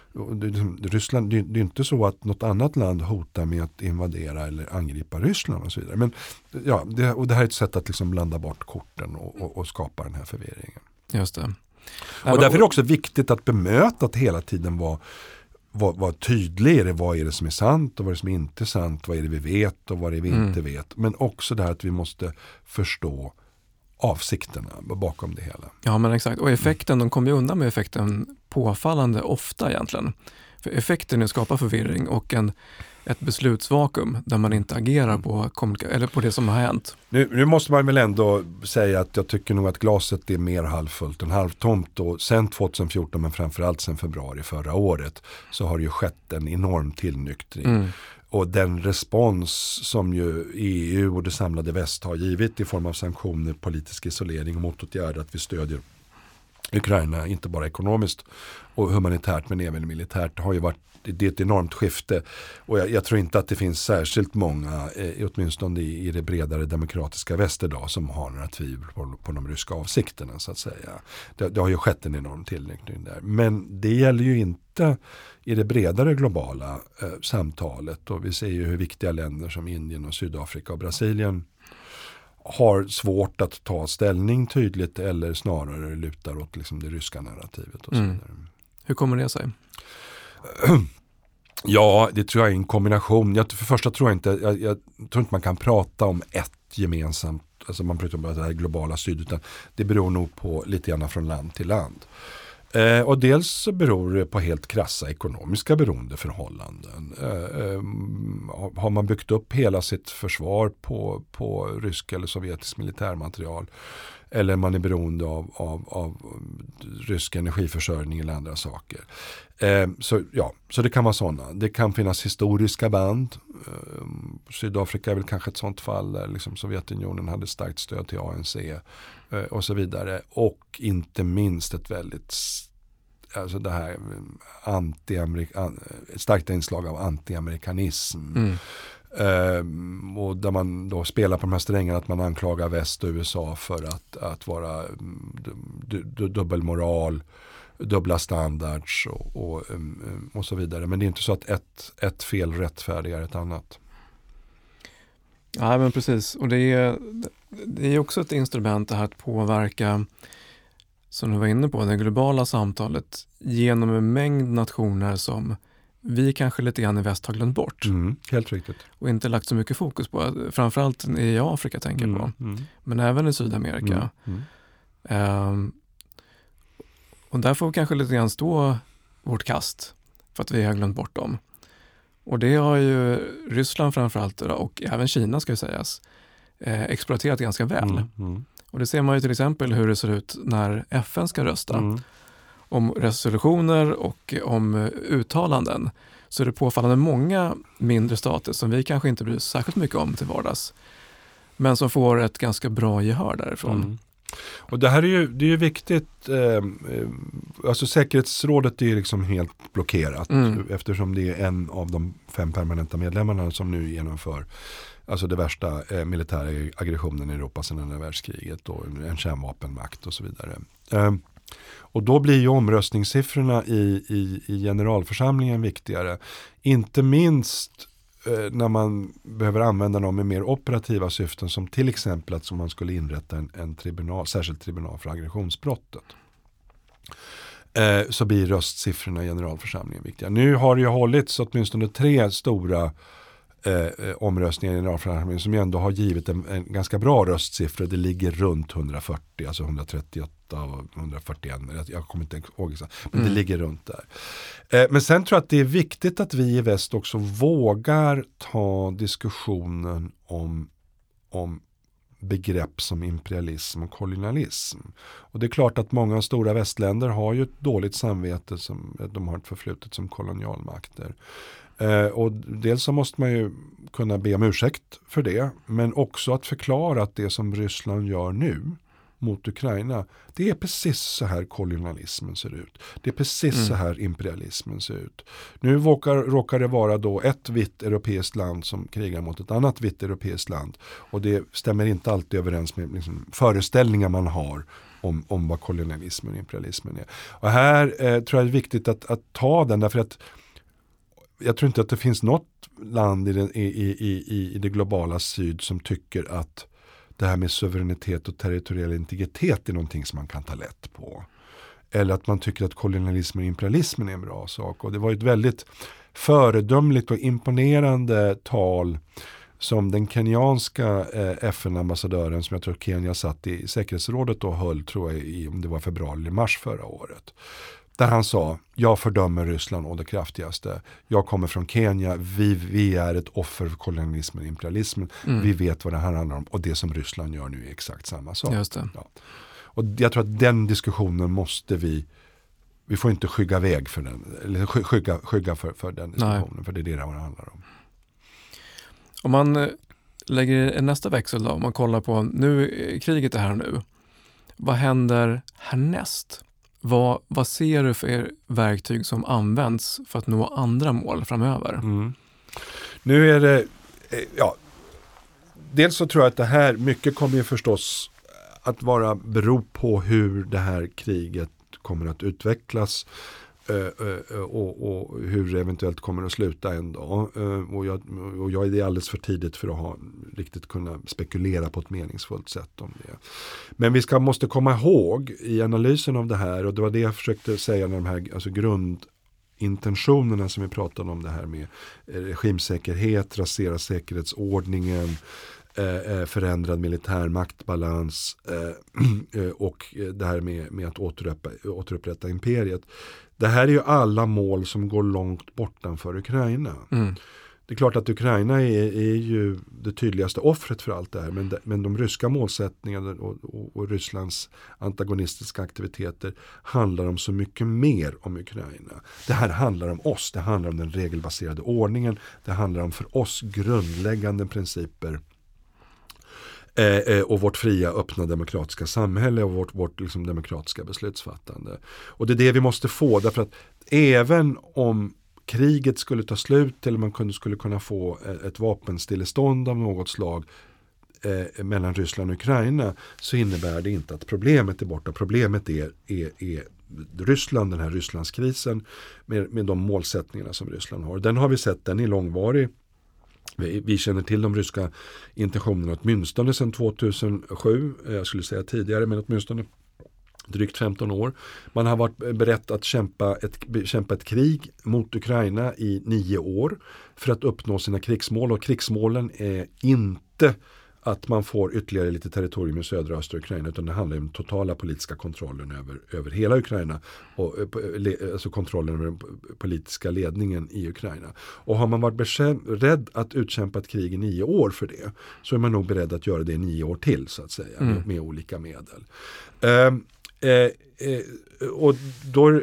Ryssland, det, det är inte så att något annat land hotar med att invadera eller angripa Ryssland och så vidare. Men ja, det, och det här är ett sätt att liksom blanda bort korten och, och, och skapa den här förvirringen. Just det. Och därför är det också viktigt att bemöta att hela tiden vara vara var tydlig i det. Vad är det som är sant och vad är det som är inte sant? Vad är det vi vet och vad är det vi mm. inte vet? Men också det här att vi måste förstå avsikterna bakom det hela. Ja, men exakt. Och effekten, de kommer ju undan med effekten påfallande ofta egentligen. För effekten är att skapa förvirring och en, ett beslutsvakuum där man inte agerar på, eller på det som har hänt. Nu, nu måste man väl ändå säga att jag tycker nog att glaset är mer halvfullt än halvtomt. Och sen tjugohundrafjorton, men framförallt sen februari förra året, så har det ju skett en enorm tillnyktring. Mm. Och den respons som ju E U och det samlade väst har givit i form av sanktioner, politisk isolering och motåtgärder, att vi stödjer Ukraina, inte bara ekonomiskt och humanitärt men även militärt, har ju varit, det är ett enormt skifte. Och jag, jag tror inte att det finns särskilt många, eh, åtminstone i, i det bredare demokratiska väst idag, som har några tvivel på, på de ryska avsikterna, så att säga. Det, det har ju skett en enorm tillnyktring där. Men det gäller ju inte i det bredare globala eh, samtalet. Och vi ser ju hur viktiga länder som Indien och Sydafrika och Brasilien har svårt att ta ställning tydligt, eller snarare lutar åt liksom det ryska narrativet och så vidare. Mm. Hur kommer det sig? Ja, det tror jag är en kombination. Jag, för första tror jag inte, jag, jag tror inte man kan prata om ett gemensamt, alltså man pratar om det här globala syd, utan det beror nog på lite grann från land till land. Eh, och dels så beror det på helt krassa ekonomiska beroendeförhållanden. Eh, eh, har man byggt upp hela sitt försvar på, på rysk eller sovjetisk militärmaterial, eller man är beroende av, av, av rysk energiförsörjning eller andra saker. Eh, så, ja, så det kan vara sådana. Det kan finnas historiska band. Eh, Sydafrika är väl kanske ett sådant fall där liksom Sovjetunionen hade starkt stöd till A N C eh, och så vidare. Och inte minst ett väldigt alltså det här anti-amerikan, starkt inslag av anti-amerikanism. Mm. Um, och där man då spelar på de här strängarna, att man anklagar väst och U S A för att, att vara du, du, dubbelmoral, dubbla standards och, och, um, och så vidare. Men det är inte så att ett, ett fel rättfärdigar ett annat. Ja, men precis. Och det är, det är också ett instrument det här att påverka, som du var inne på, det globala samtalet genom en mängd nationer som vi kanske lite grann i väst har glömt bort. Mm, helt riktigt. Och inte lagt så mycket fokus på. Framförallt i Afrika tänker jag på. Mm, mm. Men även i Sydamerika. Mm, mm. Um, och där får vi kanske lite grann stå vårt kast för att vi har glömt bort dem. Och det har ju Ryssland framförallt och även Kina ska ju sägas eh, exploaterat ganska väl. Mm, mm. Och det ser man ju till exempel hur det ser ut när F N ska rösta. Mm. Om resolutioner och om uttalanden, så är det påfallande många mindre stater som vi kanske inte bryr oss särskilt mycket om till vardags, men som får ett ganska bra gehör därifrån. Mm. Och det här är ju, det är ju viktigt, eh, alltså säkerhetsrådet är ju liksom helt blockerat mm. eftersom det är en av de fem permanenta medlemmarna som nu genomför alltså det värsta eh, militära aggressionen i Europa sedan andra världskriget och en kärnvapenmakt och så vidare. Eh, Och då blir ju omröstningssiffrorna i, i, i generalförsamlingen viktigare. Inte minst eh, när man behöver använda dem med mer operativa syften, som till exempel att som man skulle inrätta en, en tribunal, särskild tribunal för aggressionsbrottet. Eh, så blir röstsiffrorna i generalförsamlingen viktiga. Nu har det ju hållits åtminstone tre stora Eh, omröstningar i generalförsamlingen som ju ändå har givit en, en ganska bra röstsiffra. Det ligger runt hundrafyrtio, alltså hundratrettioåtta och hundrafyrtioen. Jag, jag kommer inte ihåg exakt, men mm. det ligger runt där. Eh, men sen tror jag att det är viktigt att vi i väst också vågar ta diskussionen om, om begrepp som imperialism och kolonialism. Och det är klart att många stora västländer har ju ett dåligt samvete, som de har ett förflutet som kolonialmakter. Eh, och dels så måste man ju kunna be om ursäkt för det, men också att förklara att det som Ryssland gör nu mot Ukraina, det är precis så här kolonialismen ser ut. Det är precis mm. så här imperialismen ser ut. Nu råkar, råkar det vara då ett vitt europeiskt land som krigar mot ett annat vitt europeiskt land, och det stämmer inte alltid överens med liksom föreställningar man har om, om vad kolonialismen och imperialismen är. Och här eh, tror jag det är viktigt att, att ta den, därför att jag tror inte att det finns något land i, den, i, i, i, i det globala syd som tycker att det här med suveränitet och territoriell integritet är någonting som man kan ta lätt på. eller att man tycker att kolonialismen och imperialismen är en bra sak. Och det var ett väldigt föredömligt och imponerande tal som den kenyanska eh, F N-ambassadören, som jag tror Kenya satt i säkerhetsrådet och höll, tror jag, i, om det var februari eller mars förra året. Där han sa, jag fördömer Ryssland och det kraftigaste. Jag kommer från Kenya, vi, vi är ett offer för kolonialismen och imperialismen. Mm. Vi vet vad det här handlar om, och det som Ryssland gör nu är exakt samma sak. Just det. Ja. Och jag tror att den diskussionen måste vi, vi får inte skygga väg för den, eller skygga, skygga för, för den diskussionen. Nej. För det är det det handlar om. Om man lägger nästa växel då, om man kollar på, nu kriget är här nu. Vad händer härnäst? Vad, vad ser du för verktyg som används för att nå andra mål framöver? Mm. Nu är det, ja, dels så tror jag att det här, mycket kommer ju förstås att vara bero på hur det här kriget kommer att utvecklas och, och hur det eventuellt kommer att sluta en dag. Och jag, och jag är det alldeles för tidigt för att ha, riktigt kunna spekulera på ett meningsfullt sätt om det. Men vi ska, måste komma ihåg i analysen av det här, och det var det jag försökte säga när de här, alltså grundintentionerna som vi pratade om, det här med regimsäkerhet, rasera säkerhetsordningen, förändrad militär maktbalans och det här med, med att återupprätta, återupprätta imperiet. Det här är ju alla mål som går långt bortanför Ukraina. Mm. Det är klart att Ukraina är, är ju det tydligaste offret för allt det här, men de, men de ryska målsättningarna och, och, och Rysslands antagonistiska aktiviteter handlar om så mycket mer om Ukraina. Det här handlar om oss, det handlar om den regelbaserade ordningen, det handlar om för oss grundläggande principer och vårt fria, öppna demokratiska samhälle och vårt, vårt liksom demokratiska beslutsfattande. Och det är det vi måste få, därför att även om kriget skulle ta slut eller man kunde, skulle kunna få ett vapenstillestånd av något slag eh, mellan Ryssland och Ukraina, så innebär det inte att problemet är borta. Problemet är, är, är Ryssland, den här Rysslandskrisen med, med de målsättningarna som Ryssland har. Den har vi sett, den är långvarig. Vi, vi känner till de ryska intentionerna åtminstone sedan tvåtusensju, jag skulle säga tidigare, men åtminstone drygt femton år. Man har varit beredd att kämpa ett, kämpa ett krig mot Ukraina i nio år för att uppnå sina krigsmål, och krigsmålen är inte att man får ytterligare lite territorium i södra och östra Ukraina, utan det handlar om den totala politiska kontrollen över, över hela Ukraina och alltså kontrollen över den politiska ledningen i Ukraina. Och har man varit beredd att utkämpa ett krig i nio år för det, så är man nog beredd att göra det i nio år till, så att säga, mm. med, med olika medel. Um, eh, eh, och då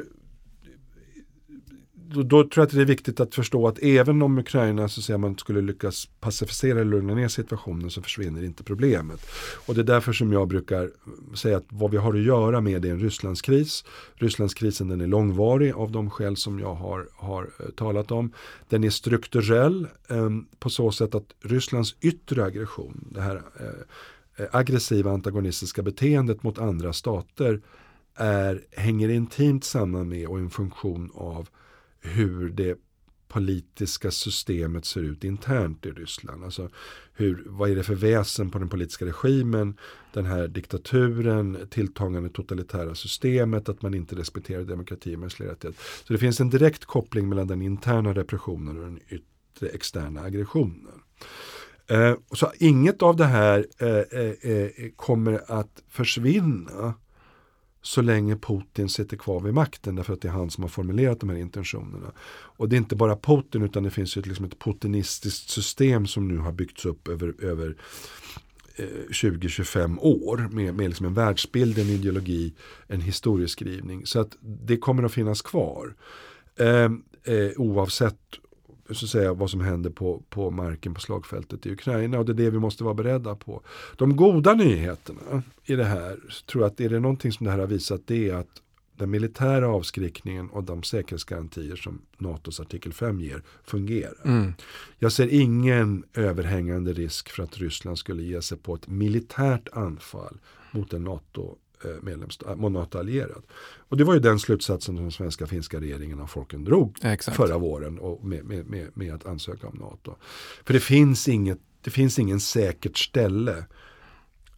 Då, då tror jag att det är viktigt att förstå att även om Ukraina, så att säga, man skulle lyckas pacificera eller lugna ner situationen, så försvinner inte problemet. Och det är därför som jag brukar säga att vad vi har att göra med är en Rysslandskris. Rysslandskrisen, den är långvarig av de skäl som jag har, har talat om. Den är strukturell eh, på så sätt att Rysslands yttre aggression, det här eh, aggressiva antagonistiska beteendet mot andra stater, är, hänger intimt samman med och en funktion av hur det politiska systemet ser ut internt i Ryssland. Alltså hur, vad är det för väsen på den politiska regimen, den här diktaturen, tilltagande totalitära systemet, att man inte respekterar demokrati och mänskliga rättigheter. Så det finns en direkt koppling mellan den interna repressionen och den yttre externa aggressionen. Eh, så inget av det här eh, eh, kommer att försvinna så länge Putin sitter kvar vid makten, därför att det är han som har formulerat de här intentionerna. Och det är inte bara Putin, utan det finns ju liksom ett putinistiskt system som nu har byggts upp över, över eh, tjugo till tjugofem år med, med liksom en världsbild, en ideologi, en historieskrivning. Så att det kommer att finnas kvar. Eh, eh, oavsett så att säga, vad som händer på, på marken på slagfältet i Ukraina, och det är det vi måste vara beredda på. De goda nyheterna i det här, tror jag att är det någonting som det här har visat, det är att den militära avskräckningen och de säkerhetsgarantier som NATOs artikel fem ger fungerar. Mm. Jag ser ingen överhängande risk för att Ryssland skulle ge sig på ett militärt anfall mot en NATO medlemsstat, NATO-allierad. Och det var ju den slutsatsen som den svenska finska regeringen och folken drog Exakt. förra våren och med, med, med, med att ansöka om NATO. För det finns inget, det finns ingen säkert ställe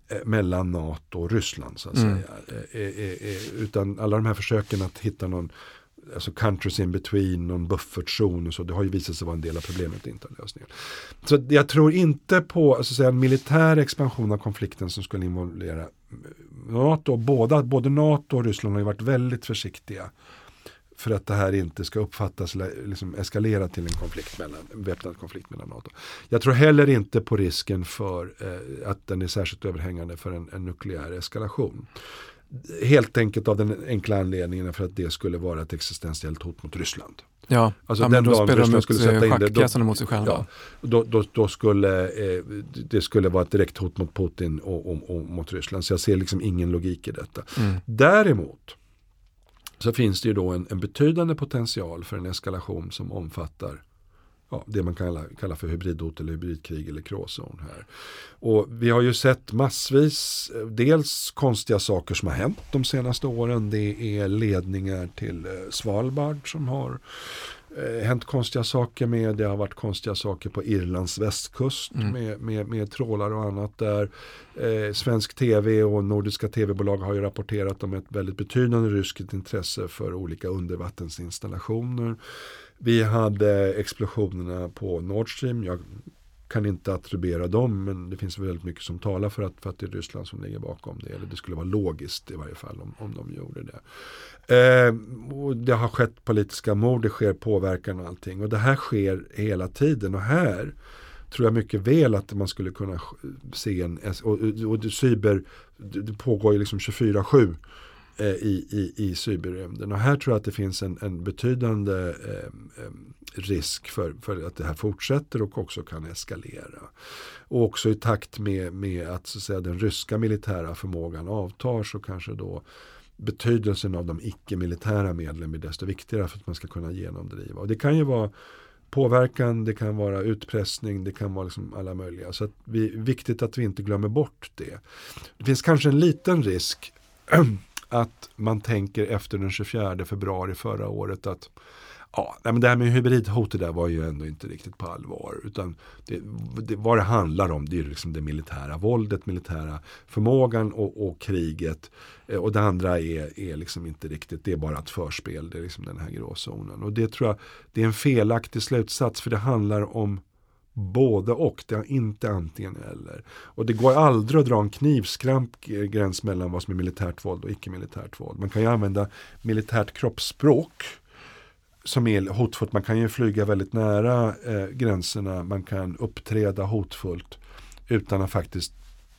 eh, mellan NATO och Ryssland så att Mm. säga. Eh, eh, eh, utan alla de här försöken att hitta någon alltså countries in between, någon buffertzon och så, det har ju visat sig vara en del av problemet, inte en lösning. Så jag tror inte på alltså, säga, en militär expansion av konflikten som skulle involvera NATO. Båda, både NATO och Ryssland har ju varit väldigt försiktiga för att det här inte ska uppfattas liksom eskalera till en konflikt mellan, en väpnad konflikt mellan NATO. Jag tror heller inte på risken för eh, att den är särskilt överhängande för en, en nukleär eskalation. Helt enkelt av den enkla anledningen för att det skulle vara ett existentiellt hot mot Ryssland. Ja, alltså ja den men då dagen spelar Ryssland de skulle ut sätta in det, då, schackpjäserna mot sig själva. Ja, då, då, då skulle eh, det skulle vara ett direkt hot mot Putin och, och, och mot Ryssland. Så jag ser liksom ingen logik i detta. Mm. Däremot så finns det ju då en, en betydande potential för en eskalation som omfattar ja, det man kan kalla, kalla för hybridhot eller hybridkrig eller gråzon här. Och vi har ju sett massvis, dels konstiga saker som har hänt de senaste åren. Det är ledningar till Svalbard som har eh, hänt konstiga saker med. Det har varit konstiga saker på Irlands västkust mm. med, med, med trålar och annat där. Eh, svensk tv och nordiska tv-bolag har ju rapporterat om ett väldigt betydande ryskt intresse för olika undervattensinstallationer. Vi hade explosionerna på Nord Stream. Jag kan inte attribuera dem, men det finns väldigt mycket som talar för att, för att det är Ryssland som ligger bakom det. Eller det skulle vara logiskt i varje fall om, om de gjorde det. Eh, och det har skett politiska mord, det sker påverkan och allting. Och det här sker hela tiden. Och här tror jag mycket väl att man skulle kunna se en... Och, och det, cyber, det pågår ju liksom tjugofyra sju I, i, i cyberrymden. Och här tror jag att det finns en, en betydande eh, risk för, för att det här fortsätter och också kan eskalera. Och också i takt med, med att, så att säga, den ryska militära förmågan avtar så kanske då betydelsen av de icke-militära medlen blir desto viktigare för att man ska kunna genomdriva. Och det kan ju vara påverkan, det kan vara utpressning, det kan vara liksom alla möjliga. Så att det är viktigt att vi inte glömmer bort det. Det finns kanske en liten risk att man tänker efter den tjugofjärde februari förra året att ja, men det här med hybridhotet där var ju ändå inte riktigt på allvar, utan det, det, vad det handlar om det är liksom det militära våldet, militära förmågan och, och kriget, och det andra är, är liksom inte riktigt, det är bara ett förspel, det är liksom den här gråzonen, och det tror jag det är en felaktig slutsats, för det handlar om både och, det är inte antingen eller. Och det går aldrig att dra en knivskramp gräns mellan vad som är militärt våld och icke-militärt våld. Man kan ju använda militärt kroppsspråk som är hotfullt. Man kan ju flyga väldigt nära eh, gränserna, man kan uppträda hotfullt utan att faktiskt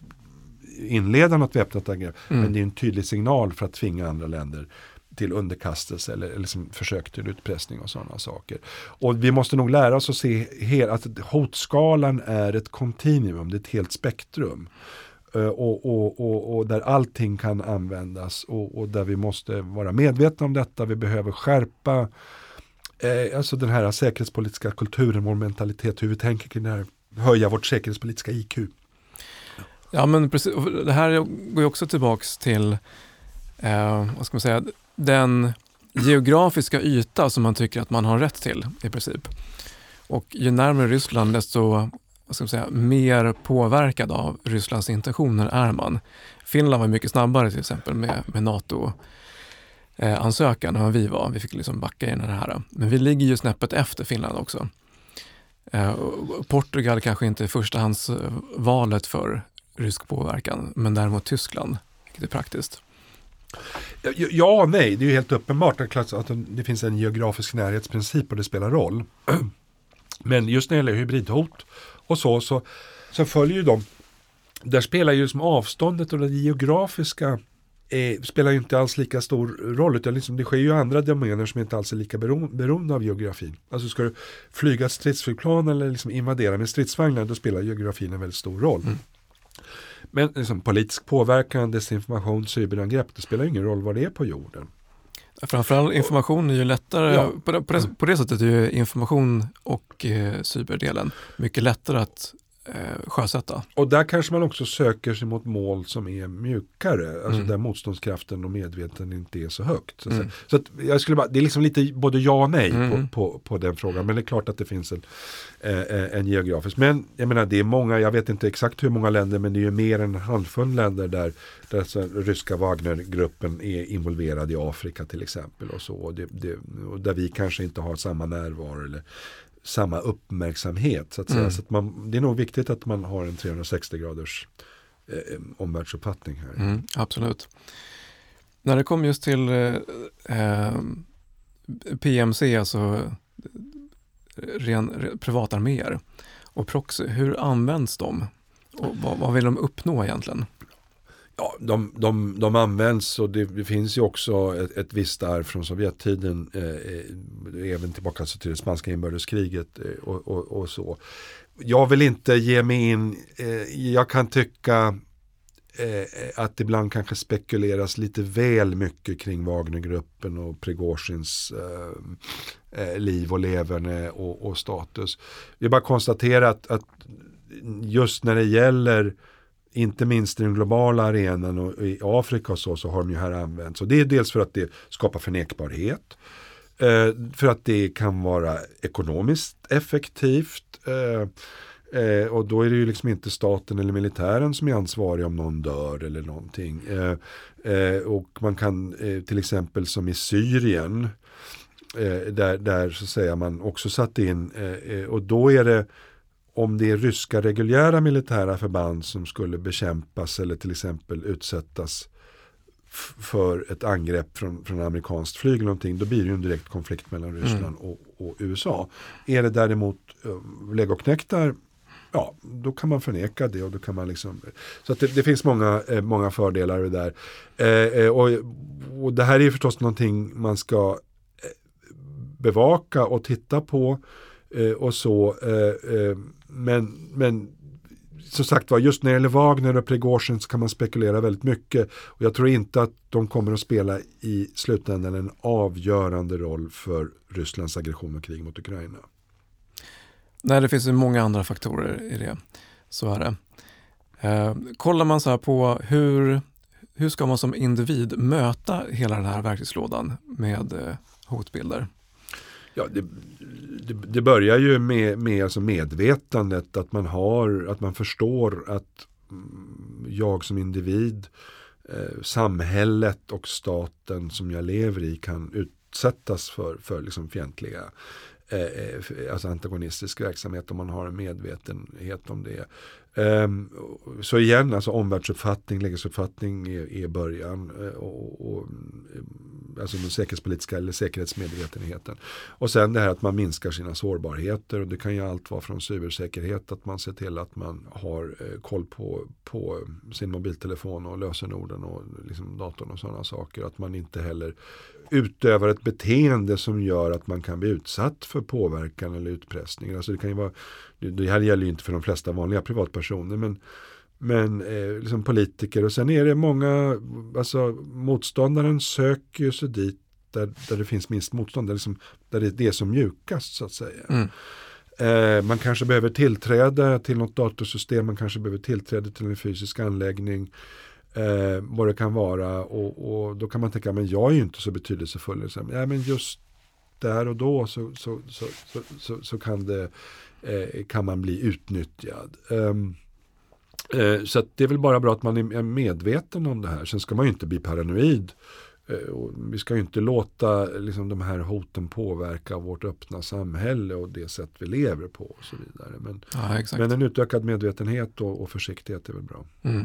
inleda något väpnat angrepp. Mm. Men det är en tydlig signal för att tvinga andra länder till underkastelse eller, eller liksom försök till utpressning och sådana saker. Och vi måste nog lära oss att se he- att hotskalan är ett kontinuum, det är ett helt spektrum. Uh, och, och, och, och där allting kan användas och, och där vi måste vara medvetna om detta. Vi behöver skärpa eh, alltså den här säkerhetspolitiska kulturen, vår mentalitet, hur vi tänker kring det här, höja vårt säkerhetspolitiska I Q. Ja, men precis, det här går ju också tillbaks till eh, vad ska man säga, den geografiska yta som man tycker att man har rätt till i princip. Och ju närmare Ryssland desto, vad ska man säga, mer påverkad av Rysslands intentioner är man. Finland var mycket snabbare till exempel med, med NATO-ansökan än vad vi var. Vi fick liksom backa in i det här. Men vi ligger ju snäppet efter Finland också. Eh, Portugal kanske inte är förstahandsvalet för rysk påverkan, men däremot Tyskland, vilket är praktiskt. Ja, nej, det är ju helt uppenbart att det finns en geografisk närhetsprincip och det spelar roll. Men just när det gäller hybridhot och så, så, så följer ju de, där spelar ju som avståndet och det geografiska eh, spelar ju inte alls lika stor roll, utan liksom, det sker ju andra domäner som inte alls är lika bero, beroende av geografin. Alltså ska du flyga ett stridsflygplan eller liksom invadera med stridsvagnar, då spelar geografin en väldigt stor roll. Mm. Men liksom, politisk påverkan, desinformation, cyberangrepp, det spelar ingen roll vad det är på jorden. Framförallt information är ju lättare, ja. på, på, det, på det sättet är ju information och eh, cyberdelen mycket lättare att eh, sjösätta. Och där kanske man också söker sig mot mål som är mjukare, alltså Mm. där motståndskraften och medveten inte är så högt. Så, att Mm. säga. Så att jag skulle bara, det är liksom lite både ja och nej Mm. på, på, på den frågan, men det är klart att det finns en, eh, en geografisk. Men jag menar, det är många, jag vet inte exakt hur många länder, men det är ju mer än en handfull länder där, där alltså, ryska Wagnergruppen är involverad i Afrika till exempel och så, och det, det, och där vi kanske inte har samma närvaro eller samma uppmärksamhet så att säga. Mm. Så att man, det är nog viktigt att man har en trehundrasextio graders eh, omvärldsuppfattning här. Mm, absolut. När det kommer just till eh, P M C, alltså ren, ren privatarméer och proxy, hur används de? Och vad, vad vill de uppnå egentligen? Ja, de, de, de används och det, det finns ju också ett, ett visst arv från Sovjettiden, eh, även tillbaka till det spanska inbördeskriget eh, och, och, och så. Jag vill inte ge mig in, eh, jag kan tycka eh, att ibland kanske spekuleras lite väl mycket kring Wagnergruppen och Prigozjins eh, eh, liv och leverne och, och status. Vi bara konstaterar att, att just när det gäller inte minst i den globala arenan och i Afrika och så, så har de ju här använts. Och det är dels för att det skapar förnekbarhet. Eh, för att det kan vara ekonomiskt effektivt. Eh, eh, och då är det ju liksom inte staten eller militären som är ansvarig om någon dör eller någonting. Eh, eh, och man kan eh, till exempel som i Syrien eh, där, där så säger man också satt in eh, och då är det om det är ryska reguljära militära förband som skulle bekämpas eller till exempel utsättas f- för ett angrepp från, från amerikanskt flyg eller någonting, då blir det ju en direkt konflikt mellan Ryssland mm. och, och U S A. Är det däremot uh, legoknektar, ja, då kan man förneka det och då kan man liksom, så att det, det finns många, eh, många fördelar i det där. Eh, och, och det här är förstås någonting man ska bevaka och titta på eh, och så, eh, eh, men, men som sagt var, just när det gäller Wagner och Prigozjin så kan man spekulera väldigt mycket och jag tror inte att de kommer att spela i slutändan en avgörande roll för Rysslands aggression och krig mot Ukraina. Nej, det finns ju många andra faktorer i det, så är det. Eh, kollar man så här på hur, hur ska man som individ möta hela den här verktygslådan med eh, hotbilder? Ja, det, det, det börjar ju med, med alltså medvetandet att man har, att man förstår att jag som individ, eh, samhället och staten som jag lever i kan utsättas för, för liksom fientliga, eh, alltså antagonistisk verksamhet om man har en medvetenhet om det. Um, så igen, alltså omvärldsuppfattning, lägesuppfattning är, är början uh, och, och alltså den säkerhetspolitiska eller säkerhetsmedvetenheten. Och sen det här att man minskar sina sårbarheter och det kan ju allt vara från cybersäkerhet att man ser till att man har uh, koll på, på sin mobiltelefon och lösenorden och liksom datorn och sådana saker. Att man inte heller utövar ett beteende som gör att man kan bli utsatt för påverkan eller utpressning. Alltså det kan ju vara, det här gäller ju inte för de flesta vanliga privatpersoner, men, men eh, liksom politiker. Och sen är det många, alltså motståndaren söker ju sig dit där, där det finns minst motstånd, där, liksom, där det är det som mjukast så att säga. Mm. Eh, man kanske behöver tillträda till något datorsystem, man kanske behöver tillträda till en fysisk anläggning. Eh, vad det kan vara och, och då kan man tänka, men jag är ju inte så betydelsefull. Så, ja, men just där och då så, så, så, så, så, så kan, det, eh, kan man bli utnyttjad. Um, eh, så att det är väl bara bra att man är medveten om det här. Sen ska man ju inte bli paranoid. Eh, och vi ska ju inte låta liksom, de här hoten påverka vårt öppna samhälle och det sätt vi lever på och så vidare. Men, ja, exakt. men en utökad medvetenhet och, och försiktighet är väl bra. Mm.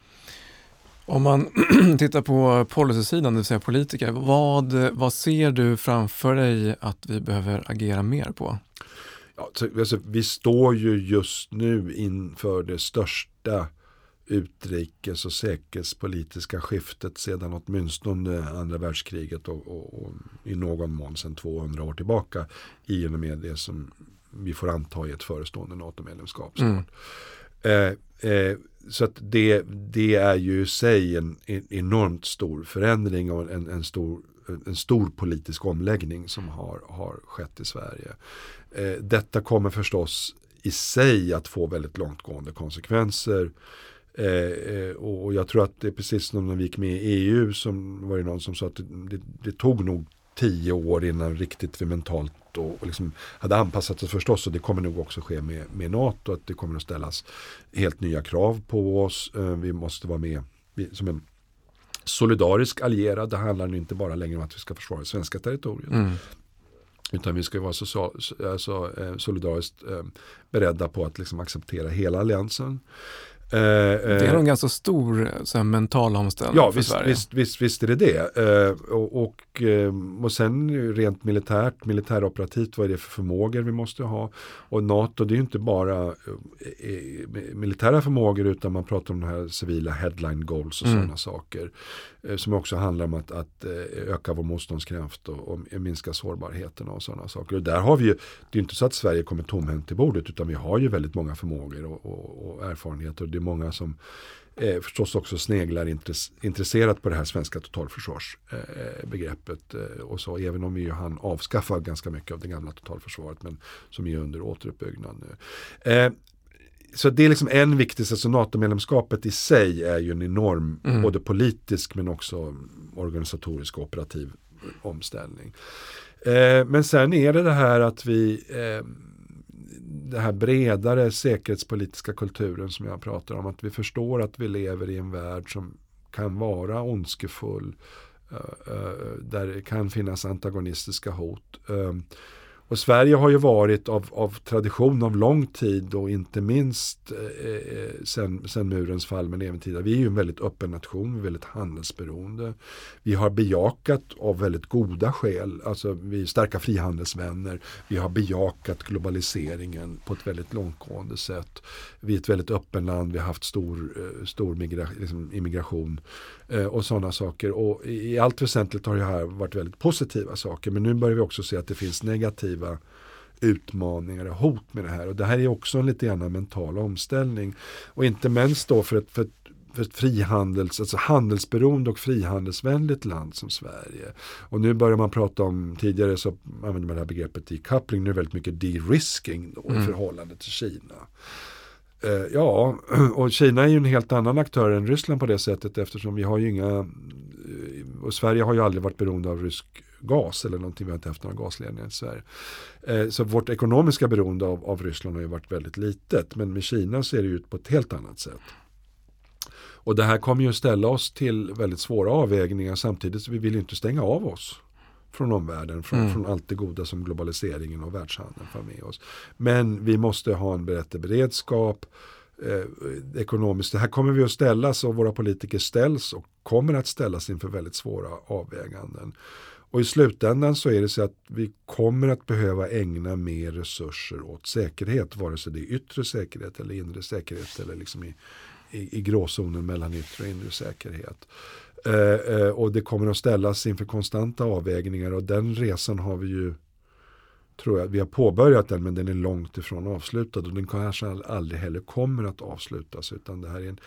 Om man tittar på policysidan, det vill säga politiker, vad, vad ser du framför dig att vi behöver agera mer på? Ja, så, alltså, vi står ju just nu inför det största utrikes- och säkerhetspolitiska skiftet sedan åtminstone andra världskriget och, och, och i någon mån sedan tvåhundra år tillbaka i och med det som vi får anta i ett förestående NATO-medlemskap. Mm. Eh, eh, Så att det, det är ju i sig en, en enormt stor förändring och en, en, stor, en stor politisk omläggning som har, har skett i Sverige. Eh, detta kommer förstås i sig att få väldigt långtgående konsekvenser. Eh, och jag tror att det är precis som när vi gick med i E U, som var det någon som sa att det, det, det tog nog tio år innan riktigt vi mentalt och, och liksom hade anpassat oss förstås, och det kommer nog också ske med, med NATO, att det kommer att ställas helt nya krav på oss. Eh, vi måste vara med vi, som en solidarisk allierad. Det handlar nu inte bara längre om att vi ska försvara det svenska territoriet. Mm. Utan vi ska vara så, alltså, solidariskt eh, beredda på att liksom acceptera hela alliansen. Det är en ganska stor så här, mental omställning ja, för visst, Sverige. Visst, visst, visst är det det. Eh, och, och, och sen rent militärt, militäroperativt, vad är det för förmågor vi måste ha? Och NATO, det är ju inte bara eh, militära förmågor, utan man pratar om de här civila headline goals och mm. sådana saker. Eh, som också handlar om att, att öka vår motståndskraft och, och minska sårbarheten och sådana saker. Och där har vi ju, det är inte så att Sverige kommer tomhänt till bordet, utan vi har ju väldigt många förmågor och, och, och erfarenheter. Och det är många som eh, förstås också sneglar intress- intresserat på det här svenska totalförsvarsbegreppet. Eh, eh, och så, även om vi ju hann avskaffa ganska mycket av det gamla totalförsvaret, men som är under återuppbyggnad nu. Eh, så det är liksom en viktig, alltså NATO-medlemskapet i sig är ju en enorm, mm. både politisk men också organisatorisk och operativ omställning. Eh, men sen är det det här att vi eh, det här bredare säkerhetspolitiska kulturen som jag pratar om, att vi förstår att vi lever i en värld som kan vara ondskefull, uh, uh, där det kan finnas antagonistiska hot. Uh, och Sverige har ju varit av, av tradition av lång tid, och inte minst eh, sen, sen murens fall, men även tidigare. Vi är ju en väldigt öppen nation, väldigt handelsberoende. Vi har bejakat av väldigt goda skäl, alltså vi är starka frihandelsvänner. Vi har bejakat globaliseringen på ett väldigt långtgående sätt. Vi är ett väldigt öppen land, vi har haft stor, stor migra, liksom immigration eh, och sådana saker. Och i, i allt väsentligt har det här varit väldigt positiva saker, men nu börjar vi också se att det finns negativa utmaningar och hot med det här. Och det här är också en lite grann mental omställning. Och inte minst då för ett, för ett, för ett frihandels, alltså handelsberoende och frihandelsvänligt land som Sverige. Och nu börjar man prata om, tidigare så använde man det här begreppet decoupling, nu är det väldigt mycket de-risking då, mm. i förhållande till Kina. Uh, ja, och Kina är ju en helt annan aktör än Ryssland på det sättet, eftersom vi har ju inga, och Sverige har ju aldrig varit beroende av rysk gas eller någonting, vi har inte haft några gasledningar i Sverige. Eh, så vårt ekonomiska beroende av, av Ryssland har ju varit väldigt litet, men med Kina ser det ut på ett helt annat sätt. Och det här kommer ju att ställa oss till väldigt svåra avvägningar, samtidigt så vi vill ju inte stänga av oss från omvärlden, från, mm. från allt det goda som globaliseringen och världshandeln för med oss. Men vi måste ha en berättigad beredskap eh, ekonomiskt. Det här kommer vi att ställas, och våra politiker ställs och kommer att ställas inför väldigt svåra avväganden. Och i slutändan så är det så att vi kommer att behöva ägna mer resurser åt säkerhet, vare sig det är yttre säkerhet eller inre säkerhet, eller liksom i, i, i gråzonen mellan yttre och inre säkerhet. Eh, eh, och det kommer att ställas inför konstanta avvägningar, och den resan har vi ju, tror jag, vi har påbörjat den, men den är långt ifrån avslutad, och den kanske aldrig heller kommer att avslutas, utan det här är en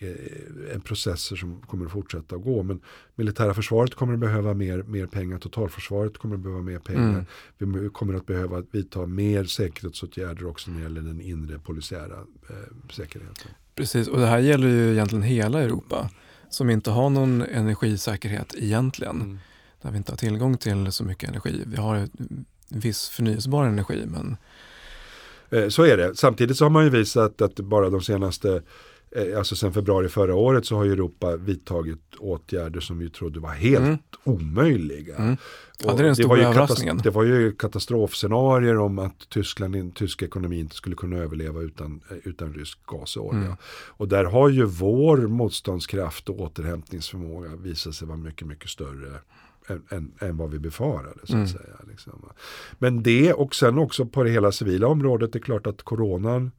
en processer som kommer att fortsätta att gå. Men militära försvaret kommer att behöva mer, mer pengar, totalförsvaret kommer att behöva mer pengar. Mm. Vi kommer att behöva vidta mer säkerhetsåtgärder också när det gäller den inre polisiära eh, säkerheten. Precis, och det här gäller ju egentligen hela Europa som inte har någon energisäkerhet egentligen. Mm. Där vi inte har tillgång till så mycket energi. Vi har en viss förnyelsebar energi, men... Eh, så är det. Samtidigt så har man ju visat att bara de senaste alltså sen februari förra året så har Europa vidtagit åtgärder som vi trodde var helt mm. omöjliga. Mm. Ja, det är den stora det, var överraskningen. det var ju katastrofscenarier om att Tyskland, tysk ekonomi inte skulle kunna överleva utan, utan rysk gas och olja. Mm. Och där har ju vår motståndskraft och återhämtningsförmåga visat sig vara mycket, mycket större än, än, än vad vi befarade, så att mm. säga. Liksom. Men det, och sen också på det hela civila området, det är klart att coronan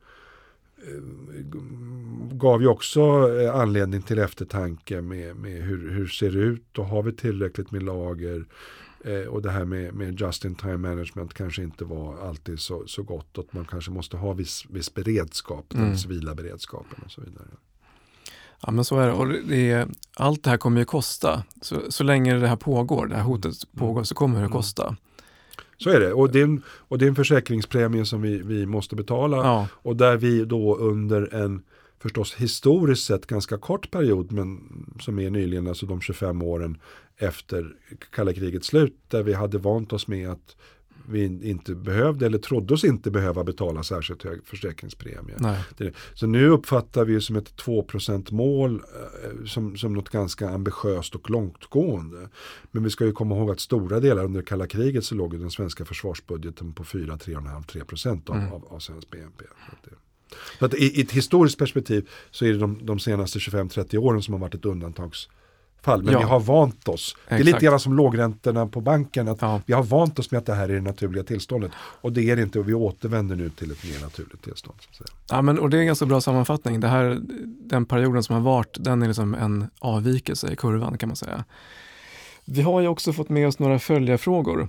gav ju också anledning till eftertanke med, med hur, hur ser det ut, och har vi tillräckligt med lager, eh, och det här med, med just-in-time management kanske inte var alltid så, så gott, att man kanske måste ha viss, viss beredskap, mm. den civila beredskapen och så vidare. Ja, men så är det, och det är, allt det här kommer ju kosta, så, så länge det här pågår, det här hotet pågår, så kommer det att kosta. Så är det. Och det är en, och det är en försäkringspremie som vi, vi måste betala. Ja. Och där vi då under en förstås historiskt sett ganska kort period, men som är nyligen, alltså de tjugofem åren efter kalla krigets slut, där vi hade vant oss med att vi inte behövde eller trodde oss inte behöva betala särskilt hög försäkringspremie. Nej. Så nu uppfattar vi som ett två procent mål som, som något ganska ambitiöst och långtgående. Men vi ska ju komma ihåg att stora delar under kalla kriget så låg den svenska försvarsbudgeten på fyra, tre komma fem till tre procent av, mm. av, av svensk B N P. Så att, det, så att i, i ett historiskt perspektiv så är det de, de senaste tjugofem till trettio åren som har varit ett undantags fall. Men ja. vi har vant oss. Exakt. Det är lite grann som lågräntorna på banken. Att ja. Vi har vant oss med att det här är det naturliga tillståndet. Och det är det inte, och vi återvänder nu till ett mer naturligt tillstånd. Så att säga. Ja, men, och det är en ganska bra sammanfattning. Det här, den perioden som har varit, den är liksom en avvikelse i kurvan kan man säga. Vi har ju också fått med oss några följarfrågor.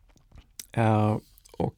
Eh, och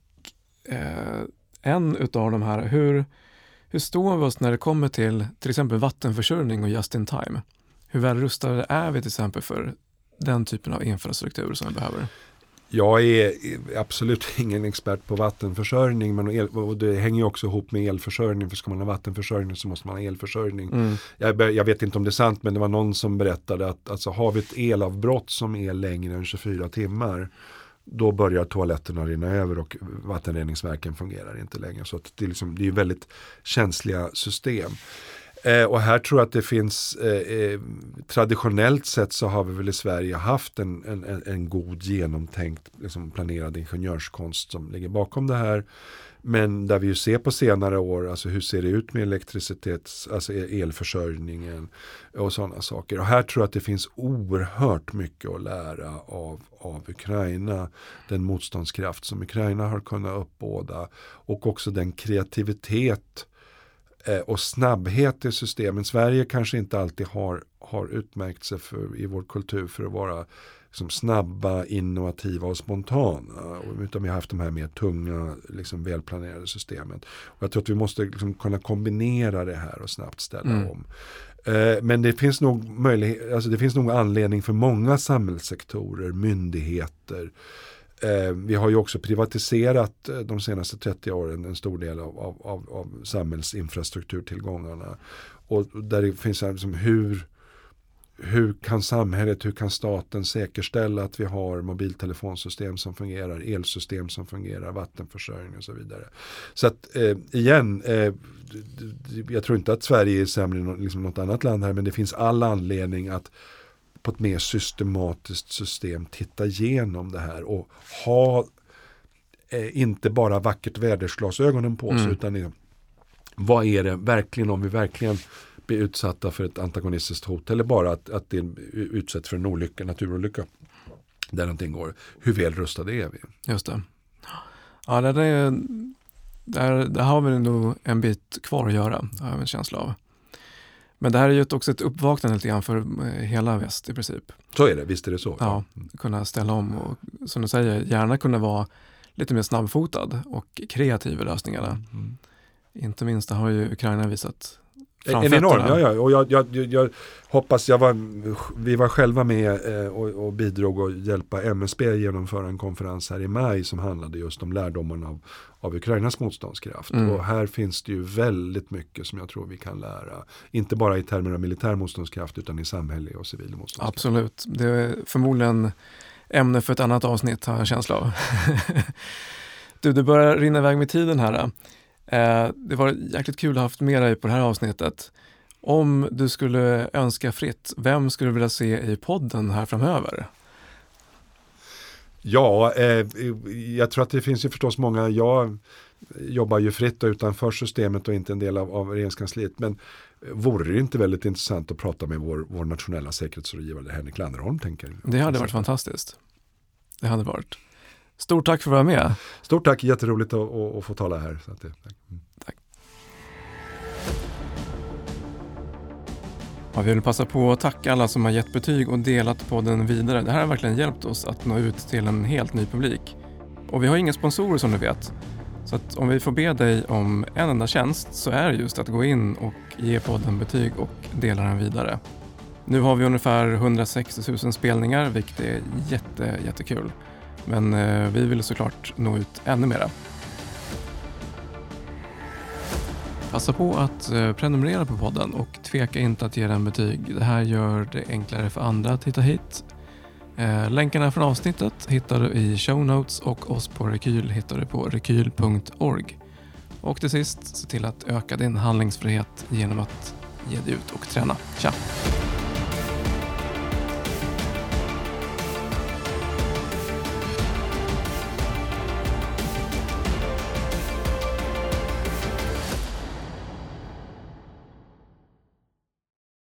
eh, en utav de här, hur, hur står vi oss när det kommer till till exempel vattenförsörjning och just in time? Hur väl rustade är vi till exempel för den typen av infrastruktur som vi behöver? Jag är absolut ingen expert på vattenförsörjning, men el, och det hänger också ihop med elförsörjning. För ska man ha vattenförsörjning så måste man ha elförsörjning. Mm. Jag, jag vet inte om det är sant, men det var någon som berättade att alltså, har vi ett elavbrott som är längre än tjugofyra timmar, då börjar toaletterna rinna över och vattenreningsverken fungerar inte längre. Så att det är liksom, det är väldigt känsliga system. Eh, och här tror jag att det finns, eh, traditionellt sett så har vi väl i Sverige haft en, en, en god genomtänkt liksom planerad ingenjörskonst som ligger bakom det här. Men där vi ju ser på senare år, alltså hur ser det ut med elektricitets, alltså elförsörjningen och sådana saker. Och här tror jag att det finns oerhört mycket att lära av, av Ukraina. Den motståndskraft som Ukraina har kunnat uppbåda och också den kreativitet och snabbhet i systemen. Sverige kanske inte alltid har, har utmärkt sig för, i vår kultur för att vara liksom, snabba, innovativa och spontana. Utan vi har haft de här mer tunga, liksom, välplanerade systemen. Och jag tror att vi måste liksom, kunna kombinera det här och snabbt ställa mm. om. Eh, men det finns nog möjlighet, alltså det finns nog anledning för många samhällssektorer, myndigheter. Eh, vi har ju också privatiserat eh, de senaste trettio åren en stor del av, av, av, av samhällsinfrastrukturtillgångarna. Och där det finns liksom hur, hur kan samhället, hur kan staten säkerställa att vi har mobiltelefonsystem som fungerar, elsystem som fungerar, vattenförsörjning och så vidare. Så att eh, igen, eh, jag tror inte att Sverige är sämre än liksom något annat land här, men det finns alla anledning att på ett mer systematiskt system titta igenom det här och ha eh, inte bara vackert vädersglasögonen på sig mm. utan eh, vad är det verkligen om vi verkligen blir utsatta för ett antagonistiskt hot eller bara att, att det utsätts för en olycka, naturolycka där någonting går. Hur väl rustade är vi? Just det. Ja, det är, där, där har vi nog en bit kvar att göra, har jag en känsla av. Men det här är ju också ett uppvaknande lite grann för hela väst i princip. Så är det, visst är det så. Ja, kunna ställa om och som du säger, gärna kunna vara lite mer snabbfotad och kreativ i lösningarna. Mm. Inte minst det har ju Ukraina visat en enorm, ja, ja. Och jag, jag, jag hoppas, jag var, vi var själva med eh, och, och bidrog och hjälpa M S B genomföra en konferens här i maj som handlade just om lärdomarna av, av Ukrainas motståndskraft. Mm. Och här finns det ju väldigt mycket som jag tror vi kan lära. Inte bara i termer av militär motståndskraft utan i samhälle och civil motståndskraft. Absolut, det är förmodligen ämne för ett annat avsnitt har jag en känsla av. Du, det börjar rinna iväg med tiden här. Eh, det var jäkligt kul att ha haft med dig på det här avsnittet. Om du skulle önska fritt, vem skulle du vilja se i podden här framöver? Ja, eh, jag tror att det finns ju förstås många. Jag jobbar ju fritt och utanför systemet och inte en del av, av regeringskansliet. Men vore det inte väldigt intressant att prata med vår, vår nationella säkerhetsrådgivare Henrik Landerholm, tänker jag. Det hade varit fantastiskt. Det hade varit. Stort tack för att vara med. Stort tack, jätteroligt att, att, att få tala här. Så att det, tack. Mm. Tack. Ja, vi vill passa på att tacka alla som har gett betyg och delat podden vidare. Det här har verkligen hjälpt oss att nå ut till en helt ny publik. Och vi har inga sponsorer som du vet. Så att om vi får be dig om en enda tjänst så är det just att gå in och ge podden betyg och dela den vidare. Nu har vi ungefär hundrasextio tusen spelningar, vilket är jätte, jättekul. Men eh, vi vill såklart nå ut ännu mera. Passa på att eh, prenumerera på podden och tveka inte att ge den betyg. Det här gör det enklare för andra att hitta hit. Eh, länkarna från avsnittet hittar du i show notes och oss på Rekyl hittar du på rekyl punkt org. Och till sist, se till att öka din handlingsfrihet genom att ge dig ut och träna. Tja!